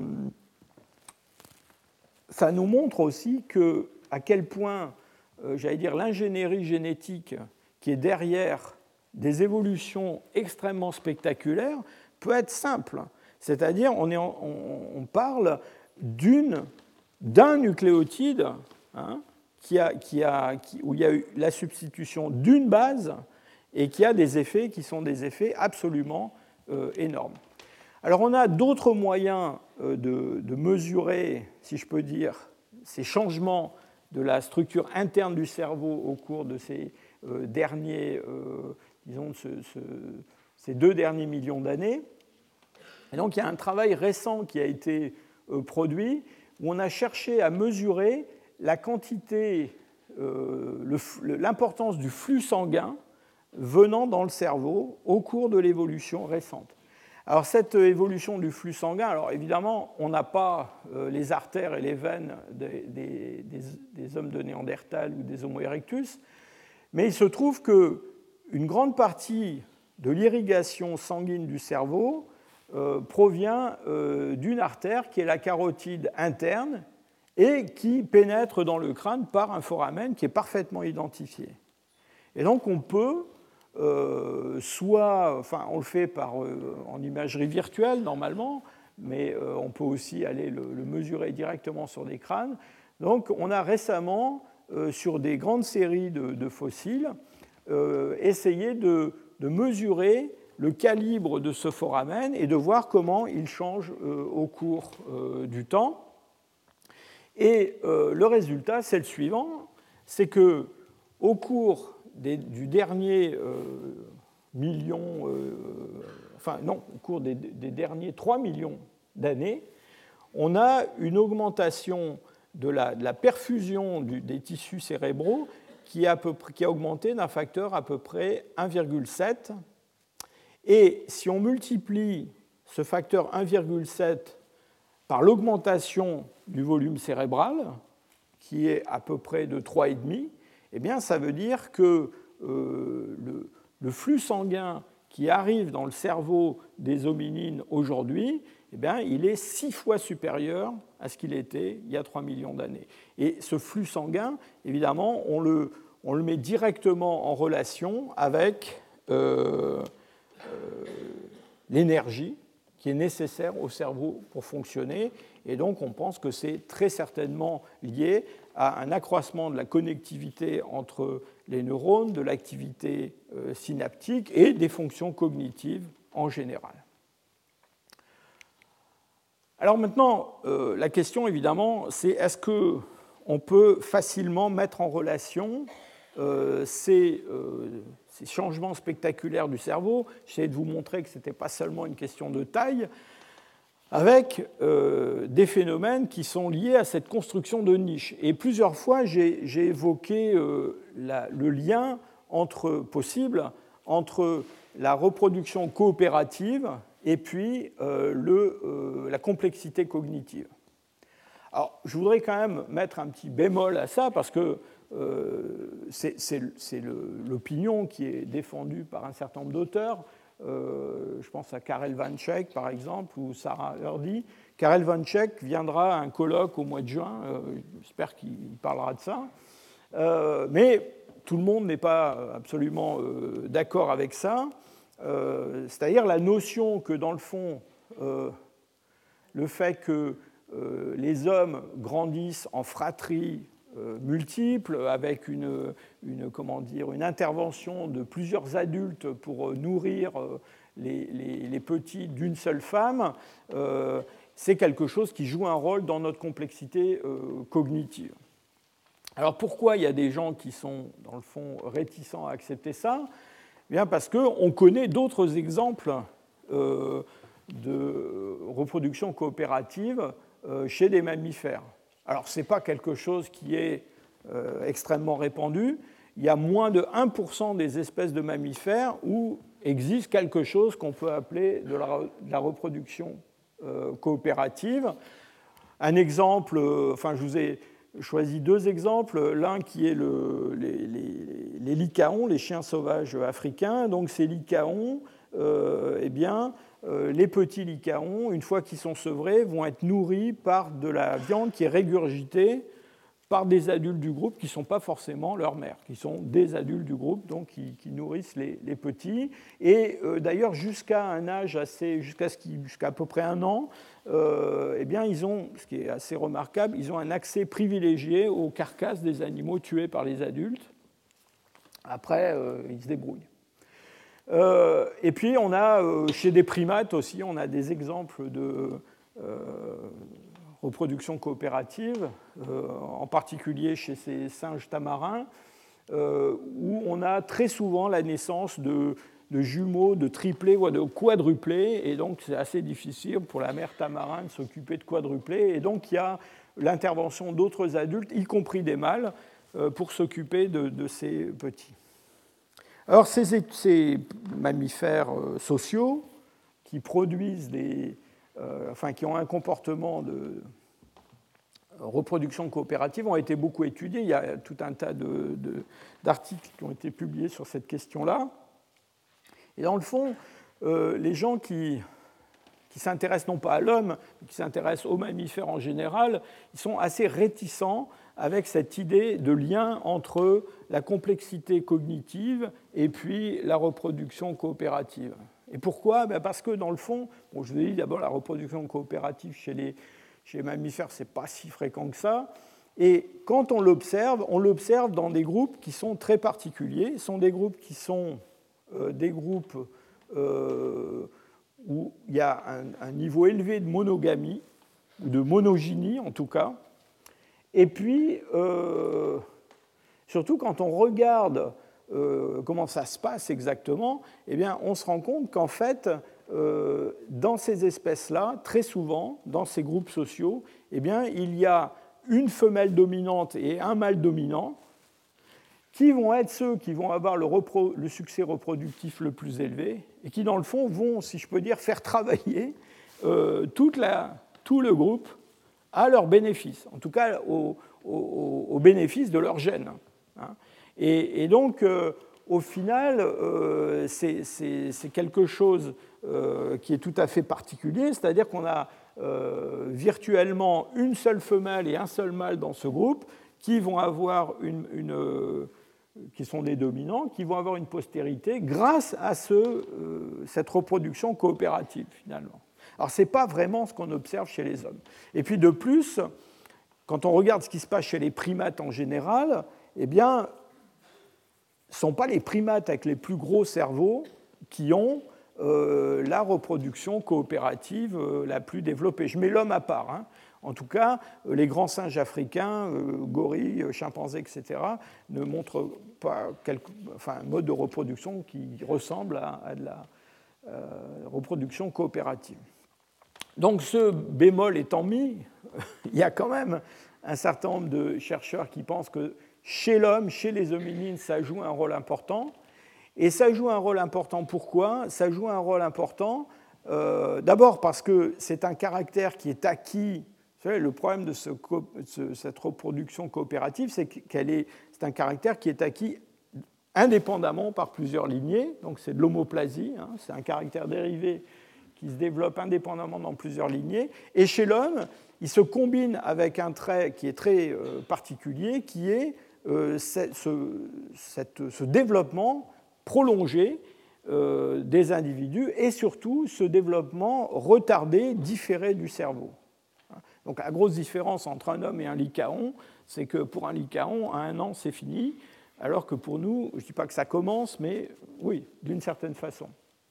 [SPEAKER 2] ça nous montre aussi que, à quel point, euh, j'allais dire, l'ingénierie génétique qui est derrière des évolutions extrêmement spectaculaires peut être simple. C'est-à-dire, on, on, on parle d'un nucléotide hein, qui a, qui a, qui, où il y a eu la substitution d'une base et qui a des effets qui sont des effets absolument euh, énormes. Alors on a d'autres moyens euh, de, de mesurer, si je peux dire, ces changements de la structure interne du cerveau au cours de ces euh, derniers, euh, disons, ce, ce, ces deux derniers millions d'années. Et donc il y a un travail récent qui a été euh, produit où on a cherché à mesurer la quantité, euh, l'importance du flux sanguin venant dans le cerveau au cours de l'évolution récente. Alors cette évolution du flux sanguin, alors évidemment, on n'a pas euh, les artères et les veines des, des, des, des hommes de Néandertal ou des Homo erectus, mais il se trouve qu'une grande partie de l'irrigation sanguine du cerveau euh, provient euh, d'une artère qui est la carotide interne et qui pénètre dans le crâne par un foramen qui est parfaitement identifié. Et donc on peut euh, soit, enfin, on le fait par, euh, en imagerie virtuelle normalement, mais euh, on peut aussi aller le, le mesurer directement sur des crânes. Donc, on a récemment, euh, sur des grandes séries de, de fossiles, euh, essayé de, de mesurer le calibre de ce foramen et de voir comment il change euh, au cours euh, du temps. Et euh, le résultat, c'est le suivant, c'est que au cours des, du dernier euh, million, euh, enfin non, au cours des, des derniers trois millions d'années, on a une augmentation de la, de la perfusion du, des tissus cérébraux qui a, à peu près, qui a augmenté d'un facteur à peu près un virgule sept. Et si on multiplie ce facteur un virgule sept par l'augmentation du volume cérébral, qui est à peu près de trois virgule cinq, eh bien, ça veut dire que euh, le, le flux sanguin qui arrive dans le cerveau des hominines aujourd'hui, eh bien, il est six fois supérieur à ce qu'il était il y a trois millions d'années. Et ce flux sanguin, évidemment, on le, on le met directement en relation avec euh, euh, l'énergie qui est nécessaire au cerveau pour fonctionner. Et donc, on pense que c'est très certainement lié à un accroissement de la connectivité entre les neurones, de l'activité euh, synaptique et des fonctions cognitives en général. Alors maintenant, euh, la question, évidemment, c'est est-ce qu'on peut facilement mettre en relation euh, ces, euh, ces changements spectaculaires du cerveau? J'essaie de vous montrer que ce n'était pas seulement une question de taille, avec euh, des phénomènes qui sont liés à cette construction de niche. Et plusieurs fois, j'ai, j'ai évoqué euh, la, le lien entre, possible entre la reproduction coopérative et puis euh, le, euh, la complexité cognitive. Alors, je voudrais quand même mettre un petit bémol à ça, parce que euh, c'est, c'est, c'est le, l'opinion qui est défendue par un certain nombre d'auteurs. Euh, je pense à Karel Vanček, par exemple, ou Sarah Hrdy. Karel Vanček viendra à un colloque au mois de juin, euh, j'espère qu'il parlera de ça. Euh, mais tout le monde n'est pas absolument euh, d'accord avec ça. Euh, c'est-à-dire la notion que, dans le fond, euh, le fait que euh, les hommes grandissent en fratries euh, multiples, avec une, une, comment dire, une intervention de plusieurs adultes pour euh, nourrir euh, les, les, les petits d'une seule femme, euh, c'est quelque chose qui joue un rôle dans notre complexité euh, cognitive. Alors pourquoi il y a des gens qui sont, dans le fond, réticents à accepter ça ? Bien parce qu'on connaît d'autres exemples euh, de reproduction coopérative euh, chez des mammifères. Alors, ce n'est pas quelque chose qui est euh, extrêmement répandu. Il y a moins de un pour cent des espèces de mammifères où existe quelque chose qu'on peut appeler de la, de la reproduction euh, coopérative. Un exemple, euh, enfin, je vous ai choisi deux exemples. L'un qui est le, les, les, les lycaons, les chiens sauvages africains. Donc ces lycaons, euh, eh bien, euh, les petits lycaons, une fois qu'ils sont sevrés, vont être nourris par de la viande qui est régurgitée par des adultes du groupe qui ne sont pas forcément leur mère, qui sont des adultes du groupe, donc qui, qui nourrissent les, les petits. Et euh, d'ailleurs, jusqu'à un âge assez, jusqu'à, ce qui, jusqu'à à peu près un an, euh, eh bien, ils ont, ce qui est assez remarquable, ils ont un accès privilégié aux carcasses des animaux tués par les adultes. Après, euh, ils se débrouillent. Euh, et puis, on a, euh, chez des primates aussi, on a des exemples de... Euh, reproduction coopérative, euh, en particulier chez ces singes tamarins, euh, où on a très souvent la naissance de, de jumeaux, de triplés, voire de quadruplés, et donc c'est assez difficile pour la mère tamarin de s'occuper de quadruplés, et donc il y a l'intervention d'autres adultes, y compris des mâles, euh, pour s'occuper de, de ces petits. Alors ces, ces mammifères euh, sociaux qui produisent des... Euh, enfin, qui ont un comportement de reproduction coopérative ont été beaucoup étudiés. Il y a tout un tas de, de, d'articles qui ont été publiés sur cette question-là. Et dans le fond, euh, les gens qui, qui s'intéressent non pas à l'homme, mais qui s'intéressent aux mammifères en général, ils sont assez réticents avec cette idée de lien entre la complexité cognitive et puis la reproduction coopérative. Et pourquoi? Ben parce que dans le fond, bon, je vous ai dit d'abord la reproduction coopérative chez les, chez les mammifères, ce n'est pas si fréquent que ça. Et quand on l'observe, on l'observe dans des groupes qui sont très particuliers. Ce sont des groupes qui sont euh, des groupes euh, où il y a un, un niveau élevé de monogamie, ou de monogynie en tout cas. Et puis, euh, surtout quand on regarde euh, comment ça se passe exactement, eh bien, on se rend compte qu'en fait, euh, dans ces espèces-là, très souvent, dans ces groupes sociaux, eh bien, il y a une femelle dominante et un mâle dominant qui vont être ceux qui vont avoir le, repro- le succès reproductif le plus élevé et qui, dans le fond, vont, si je peux dire, faire travailler euh, toute la, tout le groupe à leur bénéfice, en tout cas au, au, au bénéfice de leur gène. Hein. Et, et donc, euh, au final, euh, c'est, c'est, c'est quelque chose euh, qui est tout à fait particulier, c'est-à-dire qu'on a euh, virtuellement une seule femelle et un seul mâle dans ce groupe qui vont avoir une, une euh, qui sont des dominants, qui vont avoir une postérité grâce à ce, euh, cette reproduction coopérative, finalement. Alors, ce n'est pas vraiment ce qu'on observe chez les hommes. Et puis, de plus, quand on regarde ce qui se passe chez les primates en général, eh bien, ce ne sont pas les primates avec les plus gros cerveaux qui ont euh, la reproduction coopérative euh, la plus développée. Je mets l'homme à part. Hein. En tout cas, les grands singes africains, euh, gorilles, chimpanzés, et cetera, ne montrent pas quelque, enfin, un mode de reproduction qui ressemble à, à de la euh, reproduction coopérative. Donc, ce bémol étant mis, il y a quand même un certain nombre de chercheurs qui pensent que chez l'homme, chez les hominines, ça joue un rôle important. Et ça joue un rôle important, pourquoi? Ça joue un rôle important, euh, d'abord parce que c'est un caractère qui est acquis. Vous savez, le problème de ce, ce, cette reproduction coopérative, c'est qu'elle est, c'est un caractère qui est acquis indépendamment par plusieurs lignées. Donc, c'est de l'homoplasie, hein, c'est un caractère dérivé qui se développe indépendamment dans plusieurs lignées. Et chez l'homme, il se combine avec un trait qui est très euh, particulier, qui est euh, ce, cette, ce développement prolongé euh, des individus et surtout ce développement retardé, différé du cerveau. Donc la grosse différence entre un homme et un lycaon, c'est que pour un lycaon, à un an, c'est fini, alors que pour nous, je ne dis pas que ça commence, mais oui, d'une certaine façon.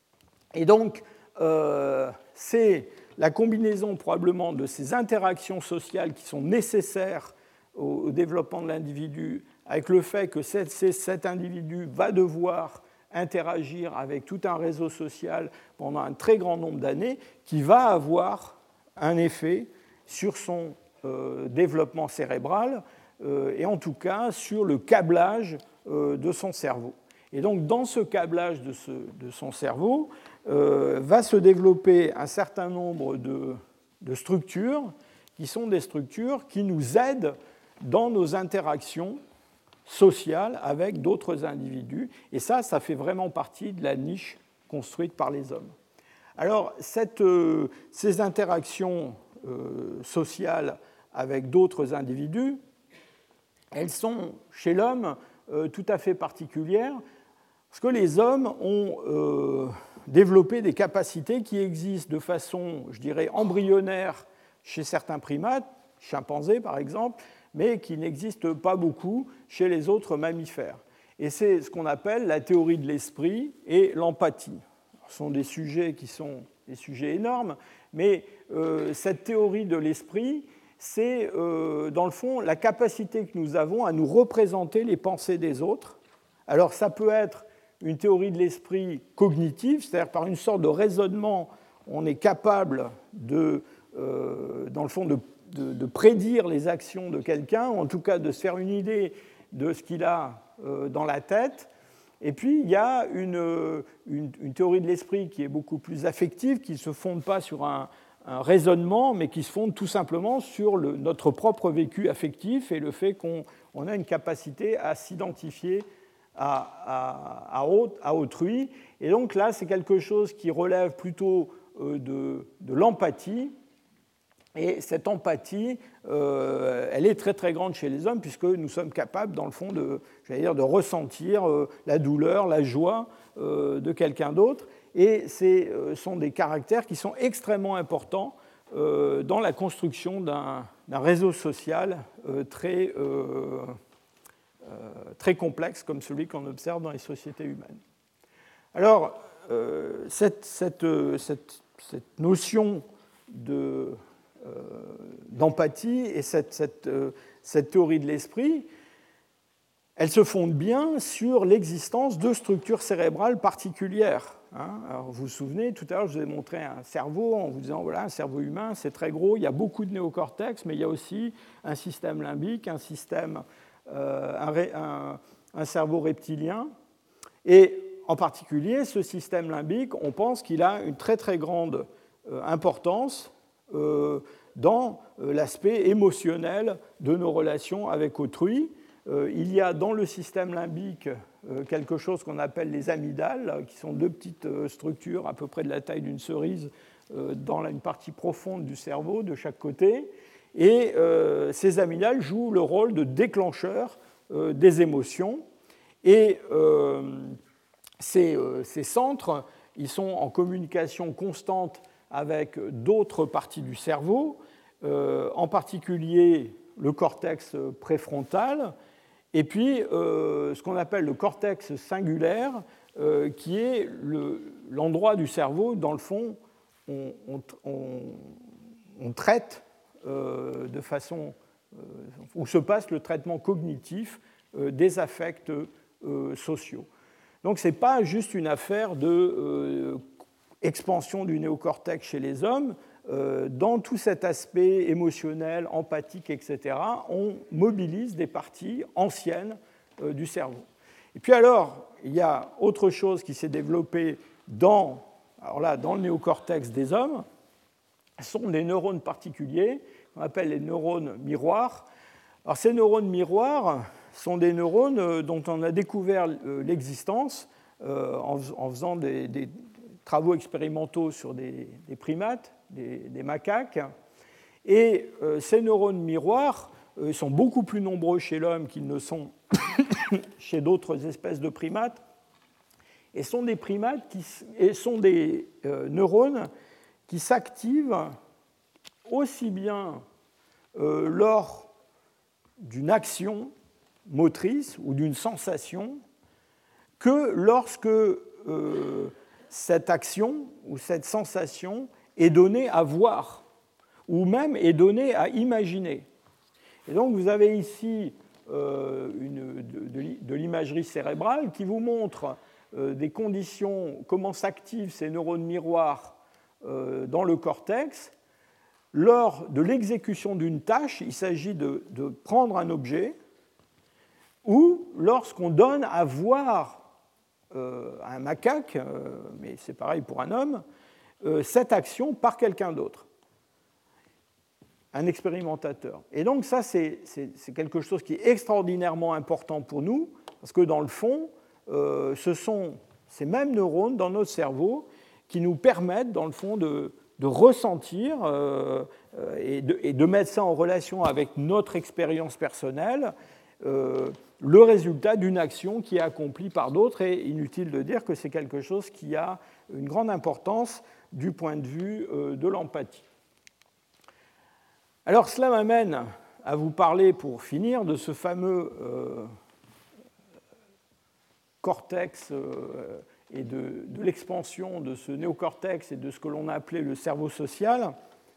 [SPEAKER 2] Et donc, euh, c'est la combinaison probablement de ces interactions sociales qui sont nécessaires au, au développement de l'individu, avec le fait que cet, cet individu va devoir interagir avec tout un réseau social pendant un très grand nombre d'années, qui va avoir un effet sur son euh, développement cérébral euh, et en tout cas sur le câblage euh, de son cerveau. Et donc dans ce câblage de, ce, de son cerveau euh, va se développer un certain nombre de, de structures qui sont des structures qui nous aident dans nos interactions sociales avec d'autres individus. Et ça, ça fait vraiment partie de la niche construite par les hommes. Alors, cette, euh, ces interactions euh, sociales avec d'autres individus, elles sont, chez l'homme, euh, tout à fait particulières, parce que les hommes ont euh, développé des capacités qui existent de façon, je dirais, embryonnaire chez certains primates, chimpanzés par exemple, mais qui n'existent pas beaucoup chez les autres mammifères. Et c'est ce qu'on appelle la théorie de l'esprit et l'empathie. Ce sont des sujets qui sont des sujets énormes, mais euh, cette théorie de l'esprit, c'est euh, dans le fond la capacité que nous avons à nous représenter les pensées des autres. Alors ça peut être une théorie de l'esprit cognitive, c'est-à-dire par une sorte de raisonnement, on est capable de, euh, dans le fond, de, de, de prédire les actions de quelqu'un, ou en tout cas de se faire une idée de ce qu'il a euh, dans la tête. Et puis, il y a une, une, une théorie de l'esprit qui est beaucoup plus affective, qui ne se fonde pas sur un, un raisonnement, mais qui se fonde tout simplement sur le, notre propre vécu affectif et le fait qu'on on a une capacité à s'identifier à, à, à autrui. Et donc là, c'est quelque chose qui relève plutôt de, de l'empathie. Et cette empathie, euh, elle est très très grande chez les hommes, puisque nous sommes capables, dans le fond, de, j'allais dire, de ressentir euh, la douleur, la joie euh, de quelqu'un d'autre. Et ce euh, sont des caractères qui sont extrêmement importants euh, dans la construction d'un, d'un réseau social euh, très, euh, euh, très complexe, comme celui qu'on observe dans les sociétés humaines. Alors, euh, cette, cette, cette, cette notion de Euh, d'empathie et cette, cette, euh, cette théorie de l'esprit, elle se fonde bien sur l'existence de structures cérébrales particulières. Hein. Alors, vous vous souvenez, tout à l'heure, je vous ai montré un cerveau en vous disant, voilà, un cerveau humain, c'est très gros, il y a beaucoup de néocortex, mais il y a aussi un système limbique, un système, euh, un, un, un cerveau reptilien. Et en particulier, ce système limbique, on pense qu'il a une très très grande euh, importance Euh, dans euh, l'aspect émotionnel de nos relations avec autrui. Euh, il y a dans le système limbique euh, quelque chose qu'on appelle les amygdales, qui sont deux petites euh, structures à peu près de la taille d'une cerise euh, dans une partie profonde du cerveau de chaque côté. Et euh, ces amygdales jouent le rôle de déclencheur euh, des émotions. Et euh, ces, euh, ces centres, ils sont en communication constante avec d'autres parties du cerveau, euh, en particulier le cortex préfrontal, et puis euh, ce qu'on appelle le cortex singulaire, euh, qui est le, l'endroit du cerveau, dans le fond, on, on, on, on traite euh, de façon, euh, où se passe le traitement cognitif euh, des affects euh, sociaux. Donc ce n'est pas juste une affaire de euh, expansion du néocortex chez les hommes. Euh, dans tout cet aspect émotionnel, empathique, et cetera, on mobilise des parties anciennes euh, du cerveau. Et puis alors, il y a autre chose qui s'est développée dans, alors là, dans le néocortex des hommes, ce sont des neurones particuliers, qu'on appelle les neurones miroirs. Alors ces neurones miroirs sont des neurones dont on a découvert l'existence euh, en, en faisant des, des travaux expérimentaux sur des, des primates, des, des macaques. Et euh, ces neurones miroirs euh, sont beaucoup plus nombreux chez l'homme qu'ils ne sont chez d'autres espèces de primates. Et sont des primates qui et sont des euh, neurones qui s'activent aussi bien euh, lors d'une action motrice ou d'une sensation que lorsque euh, cette action ou cette sensation est donnée à voir ou même est donnée à imaginer. Et donc vous avez ici euh, une, de, de, de l'imagerie cérébrale qui vous montre euh, des conditions, comment s'activent ces neurones miroirs euh, dans le cortex. Lors de l'exécution d'une tâche, il s'agit de, de prendre un objet, ou lorsqu'on donne à voir euh, à un macaque, euh, mais c'est pareil pour un homme, euh, cette action par quelqu'un d'autre, un expérimentateur. Et donc ça, c'est, c'est, c'est quelque chose qui est extraordinairement important pour nous, parce que dans le fond, euh, ce sont ces mêmes neurones dans notre cerveau qui nous permettent, dans le fond, de, de ressentir euh, et, de, et de mettre ça en relation avec notre expérience personnelle, euh, le résultat d'une action qui est accomplie par d'autres. Et inutile de dire que c'est quelque chose qui a une grande importance du point de vue euh, de l'empathie. Alors cela m'amène à vous parler, pour finir, de ce fameux euh, cortex euh, et de, de l'expansion de ce néocortex et de ce que l'on a appelé le cerveau social.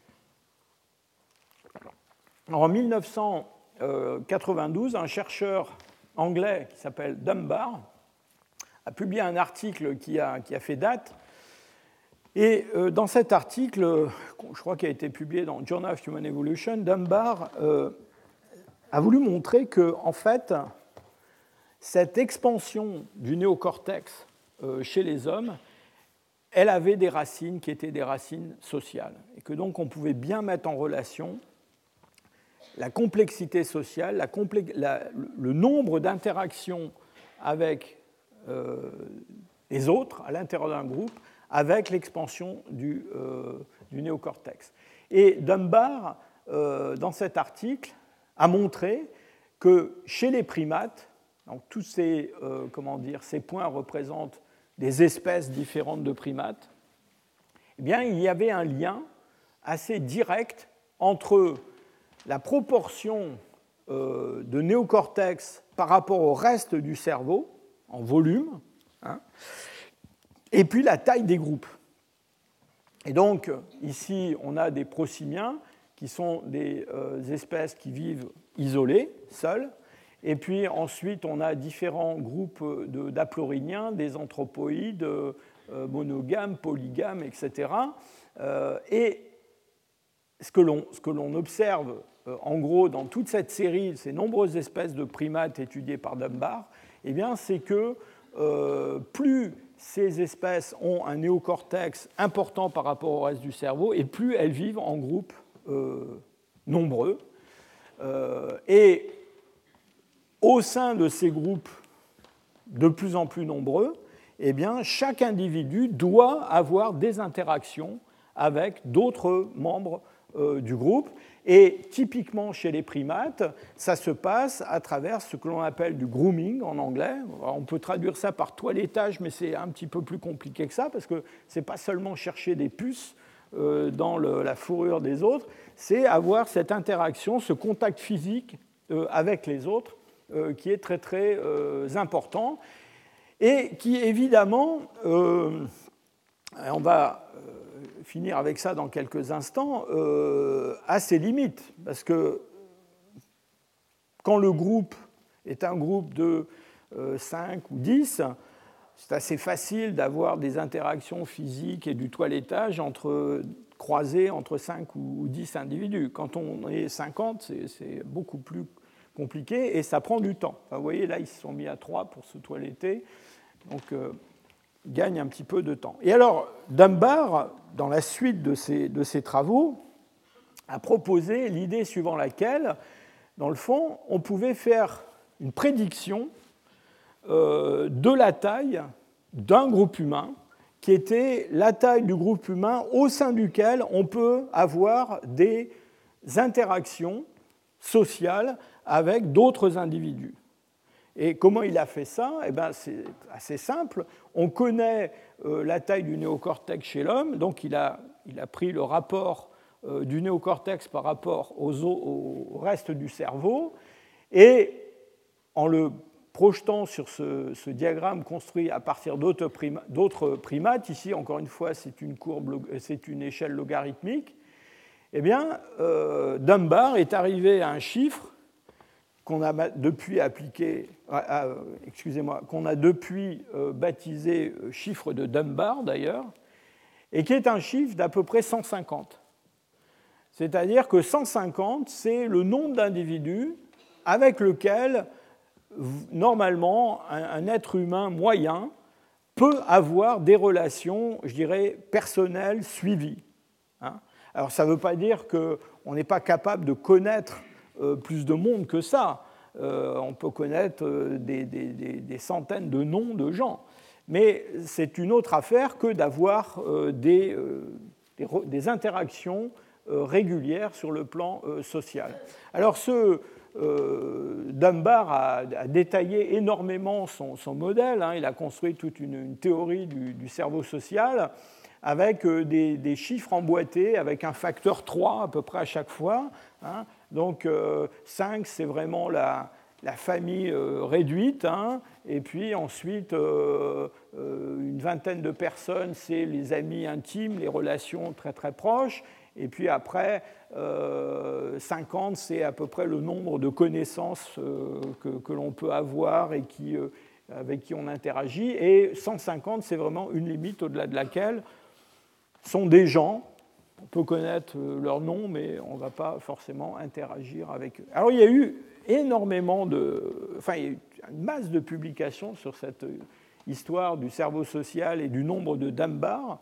[SPEAKER 2] Alors, en mille neuf cent quatre-vingt-douze, un chercheur anglais qui s'appelle Dunbar a publié un article qui a, qui a fait date. Et euh, dans cet article, je crois qu'il a été publié dans Journal of Human Evolution, Dunbar euh, a voulu montrer que, en fait, cette expansion du néocortex euh, chez les hommes, elle avait des racines qui étaient des racines sociales. Et que donc on pouvait bien mettre en relation la complexité sociale, la complé- la, le nombre d'interactions avec euh, les autres à l'intérieur d'un groupe, avec l'expansion du, euh, du néocortex. Et Dunbar, euh, dans cet article, a montré que chez les primates, donc tous ces, euh, comment dire, ces points représentent des espèces différentes de primates, eh bien, il y avait un lien assez direct entre la proportion euh, de néocortex par rapport au reste du cerveau, en volume, hein, et puis la taille des groupes. Et donc, ici, on a des prosimiens qui sont des euh, espèces qui vivent isolées, seules. Et puis ensuite, on a différents groupes de, d'aplorhiniens, des anthropoïdes, euh, monogames, polygames, et cetera. Euh, et ce que l'on, ce que l'on observe, euh, en gros, dans toute cette série, ces nombreuses espèces de primates étudiées par Dunbar, eh bien, c'est que euh, plus ces espèces ont un néocortex important par rapport au reste du cerveau, et plus elles vivent en groupes euh, nombreux. Euh, et au sein de ces groupes de plus en plus nombreux, eh bien, chaque individu doit avoir des interactions avec d'autres membres euh, du groupe. Et typiquement chez les primates, ça se passe à travers ce que l'on appelle du grooming en anglais. Alors, on peut traduire ça par toilettage, mais c'est un petit peu plus compliqué que ça, parce que ce n'est pas seulement chercher des puces euh, dans le, la fourrure des autres, c'est avoir cette interaction, ce contact physique euh, avec les autres, euh, qui est très très euh, important, et qui évidemment, euh, on va finir avec ça dans quelques instants, euh, a ses limites. Parce que quand le groupe est un groupe de euh, cinq ou dix, c'est assez facile d'avoir des interactions physiques et du toilettage entre, croisées entre cinq ou dix individus. Quand on est cinquante, c'est, c'est beaucoup plus compliqué et ça prend du temps. Enfin, vous voyez, là, ils se sont mis à trois pour se toiletter. Donc, euh, gagne un petit peu de temps. Et alors, Dunbar, dans la suite de ses, de ses travaux, a proposé l'idée suivant laquelle, dans le fond, on pouvait faire une prédiction euh, de la taille d'un groupe humain, qui était la taille du groupe humain au sein duquel on peut avoir des interactions sociales avec d'autres individus. Et comment il a fait ça? Eh bien, c'est assez simple. On connaît euh, la taille du néocortex chez l'homme, donc il a, il a pris le rapport euh, du néocortex par rapport aux, au reste du cerveau, et en le projetant sur ce, ce diagramme construit à partir d'autres, prima, d'autres primates, ici encore une fois c'est une courbe, c'est une échelle logarithmique, eh bien, euh, Dunbar est arrivé à un chiffre qu'on a depuis appliqué, ah, excusez-moi, qu'on a depuis euh, baptisé chiffre de Dunbar d'ailleurs, et qui est un chiffre d'à peu près cent cinquante. C'est-à-dire que cent cinquante, c'est le nombre d'individus avec lequel, normalement, un, un être humain moyen peut avoir des relations, je dirais, personnelles suivies. Hein ? Alors ça ne veut pas dire qu'on n'est pas capable de connaître Euh, plus de monde que ça. Euh, on peut connaître euh, des, des, des centaines de noms de gens. Mais c'est une autre affaire que d'avoir euh, des, euh, des, des interactions euh, régulières sur le plan euh, social. Alors, ce euh, Dunbar a, a détaillé énormément son, son modèle. Hein. Il a construit toute une, une théorie du, du cerveau social avec euh, des, des chiffres emboîtés, avec un facteur trois à peu près à chaque fois. Hein. Donc euh, cinq, c'est vraiment la, la famille euh, réduite, hein, et puis ensuite euh, euh, une vingtaine de personnes, c'est les amis intimes, les relations très très proches, et puis après euh, cinquante, c'est à peu près le nombre de connaissances euh, que, que l'on peut avoir et qui, euh, avec qui on interagit, et cent cinquante, c'est vraiment une limite au-delà de laquelle sont des gens. On peut connaître leur nom, mais on ne va pas forcément interagir avec eux. Alors, il y a eu énormément de... Enfin, il y a eu une masse de publications sur cette histoire du cerveau social et du nombre de Dunbar.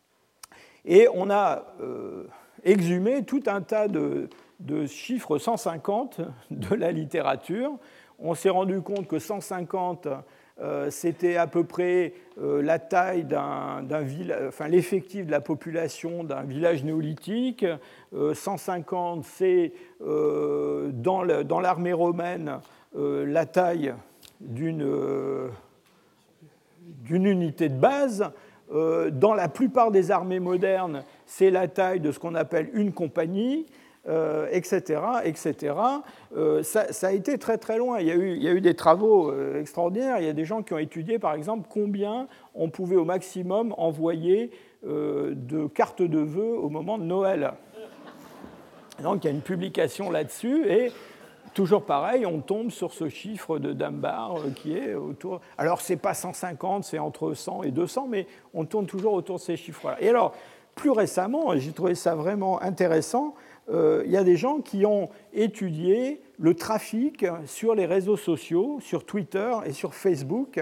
[SPEAKER 2] Et on a euh, exhumé tout un tas de, de chiffres cent cinquante de la littérature. On s'est rendu compte que cent cinquante euh, c'était à peu près euh, la taille d'un, d'un village, enfin l'effectif de la population d'un village néolithique. Euh, cent cinquante, c'est euh, dans, le, dans l'armée romaine euh, la taille d'une, euh, d'une unité de base. Euh, dans la plupart des armées modernes, c'est la taille de ce qu'on appelle une compagnie. Euh, et cetera, et cetera. Euh, ça, ça a été très très loin. Il y a eu, il y a eu des travaux euh, extraordinaires. Il y a des gens qui ont étudié, par exemple, combien on pouvait au maximum envoyer euh, de cartes de vœux au moment de Noël. Donc il y a une publication là-dessus, et toujours pareil, on tombe sur ce chiffre de Dunbar euh, qui est autour... Alors c'est pas cent cinquante, c'est entre cent et deux cents, mais on tourne toujours autour de ces chiffres-là. Et alors, plus récemment, j'ai trouvé ça vraiment intéressant, Euh, il y a des gens qui ont étudié le trafic sur les réseaux sociaux, sur Twitter et sur Facebook.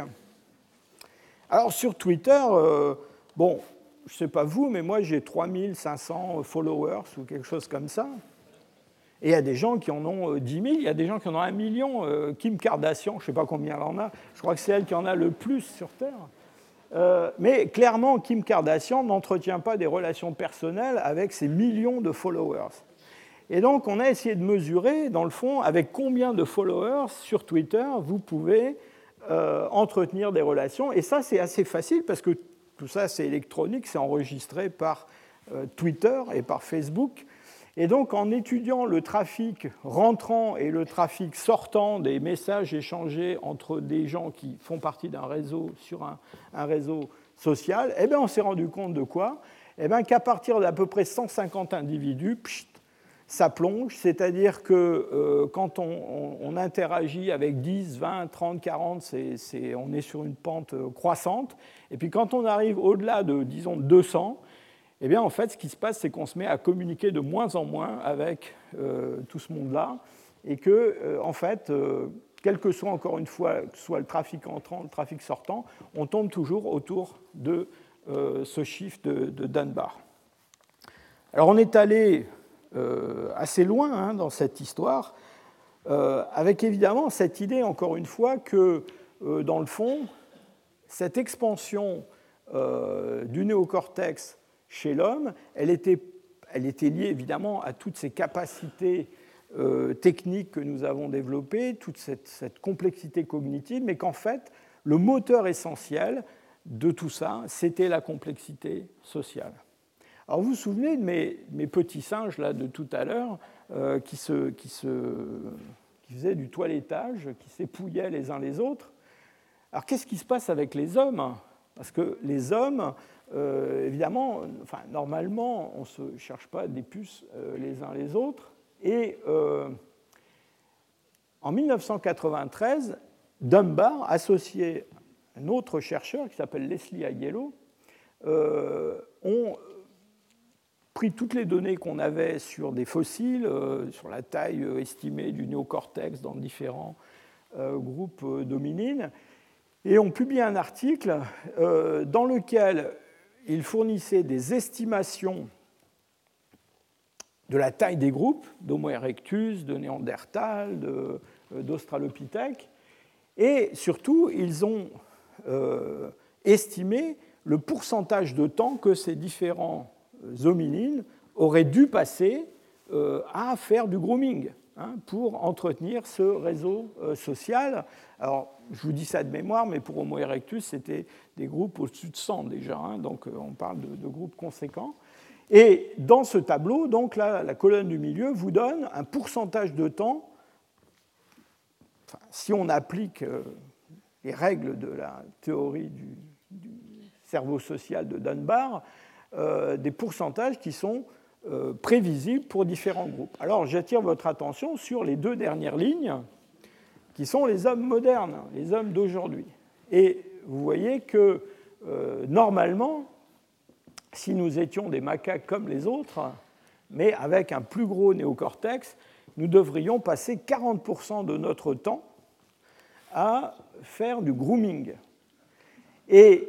[SPEAKER 2] Alors sur Twitter, euh, bon, je ne sais pas vous, mais moi j'ai trois mille cinq cents followers ou quelque chose comme ça. Et il y a des gens qui en ont dix mille, il y a des gens qui en ont un million. Euh, Kim Kardashian, je ne sais pas combien elle en a, je crois que c'est elle qui en a le plus sur Terre. Euh, mais clairement, Kim Kardashian n'entretient pas des relations personnelles avec ses millions de followers. Et donc, on a essayé de mesurer, dans le fond, avec combien de followers sur Twitter vous pouvez euh, entretenir des relations. Et ça, c'est assez facile parce que tout ça, c'est électronique, c'est enregistré par euh, Twitter et par Facebook. Et donc, en étudiant le trafic rentrant et le trafic sortant des messages échangés entre des gens qui font partie d'un réseau sur un, un réseau social, eh bien, on s'est rendu compte de quoi ? Eh bien, qu'à partir d'à peu près cent cinquante individus, pchit, ça plonge, c'est-à-dire que euh, quand on, on, on interagit avec dix, vingt, trente, quarante, c'est, c'est, on est sur une pente croissante. Et puis quand on arrive au-delà de, disons, deux cents, eh bien, en fait, ce qui se passe, c'est qu'on se met à communiquer de moins en moins avec euh, tout ce monde-là, et que, euh, en fait, euh, quel que soit, encore une fois, que soit le trafic entrant, le trafic sortant, on tombe toujours autour de euh, ce chiffre de, de Dunbar. Alors, on est allé Euh, assez loin hein, dans cette histoire, euh, avec évidemment cette idée, encore une fois, que, euh, dans le fond, cette expansion euh, du néocortex chez l'homme, elle était, elle était liée évidemment à toutes ces capacités euh, techniques que nous avons développées, toute cette, cette complexité cognitive, mais qu'en fait, le moteur essentiel de tout ça, c'était la complexité sociale. Alors vous vous souvenez de mes, mes petits singes là, de tout à l'heure euh, qui, se, qui, se, qui faisaient du toilettage, qui s'épouillaient les uns les autres. Alors qu'est-ce qui se passe avec les hommes ? Parce que les hommes, euh, évidemment, enfin, normalement, on ne se cherche pas des puces euh, les uns les autres. Et euh, en dix-neuf cent quatre-vingt-treize, Dunbar, associé à un autre chercheur qui s'appelle Leslie Aiello, euh, ont pris toutes les données qu'on avait sur des fossiles, euh, sur la taille euh, estimée du néocortex dans différents euh, groupes euh, d'hominines, et ont publié un article euh, dans lequel ils fournissaient des estimations de la taille des groupes, d'Homo erectus, de Néandertal, de, euh, d'Australopithèque, et surtout, ils ont euh, estimé le pourcentage de temps que ces différents hominines auraient dû passer euh, à faire du grooming hein, pour entretenir ce réseau euh, social. Alors, je vous dis ça de mémoire, mais pour Homo erectus, c'était des groupes au-dessus de cent déjà, hein, donc euh, on parle de, de groupes conséquents. Et dans ce tableau, donc là, la colonne du milieu vous donne un pourcentage de temps, enfin, si on applique euh, les règles de la théorie du, du cerveau social de Dunbar, Euh, des pourcentages qui sont euh, prévisibles pour différents groupes. Alors j'attire votre attention sur les deux dernières lignes, qui sont les hommes modernes, les hommes d'aujourd'hui. Et vous voyez que euh, normalement, si nous étions des macaques comme les autres, mais avec un plus gros néocortex, nous devrions passer quarante pour cent de notre temps à faire du grooming. Et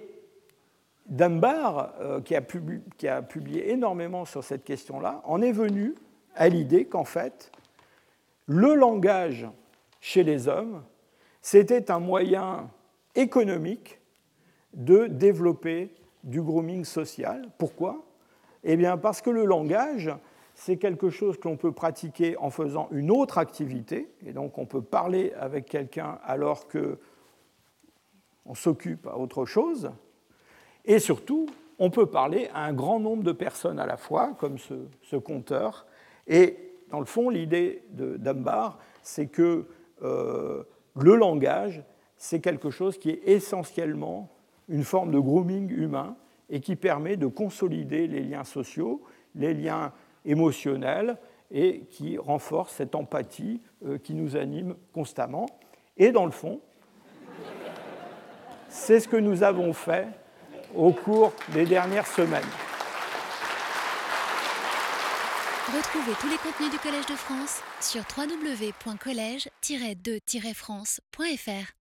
[SPEAKER 2] Dunbar, euh, qui, a publié, qui a publié énormément sur cette question-là, en est venu à l'idée qu'en fait, le langage chez les hommes, c'était un moyen économique de développer du grooming social. Pourquoi ? Eh bien, parce que le langage, c'est quelque chose que l'on peut pratiquer en faisant une autre activité, et donc on peut parler avec quelqu'un alors qu'on s'occupe à autre chose, et surtout, on peut parler à un grand nombre de personnes à la fois, comme ce, ce conteur, et dans le fond, l'idée de Dunbar, c'est que euh, le langage, c'est quelque chose qui est essentiellement une forme de grooming humain et qui permet de consolider les liens sociaux, les liens émotionnels et qui renforce cette empathie euh, qui nous anime constamment. Et dans le fond, c'est ce que nous avons fait au cours des dernières semaines.
[SPEAKER 1] Retrouvez tous les contenus du Collège de France sur w w w point collège tiret de tiret france point f r.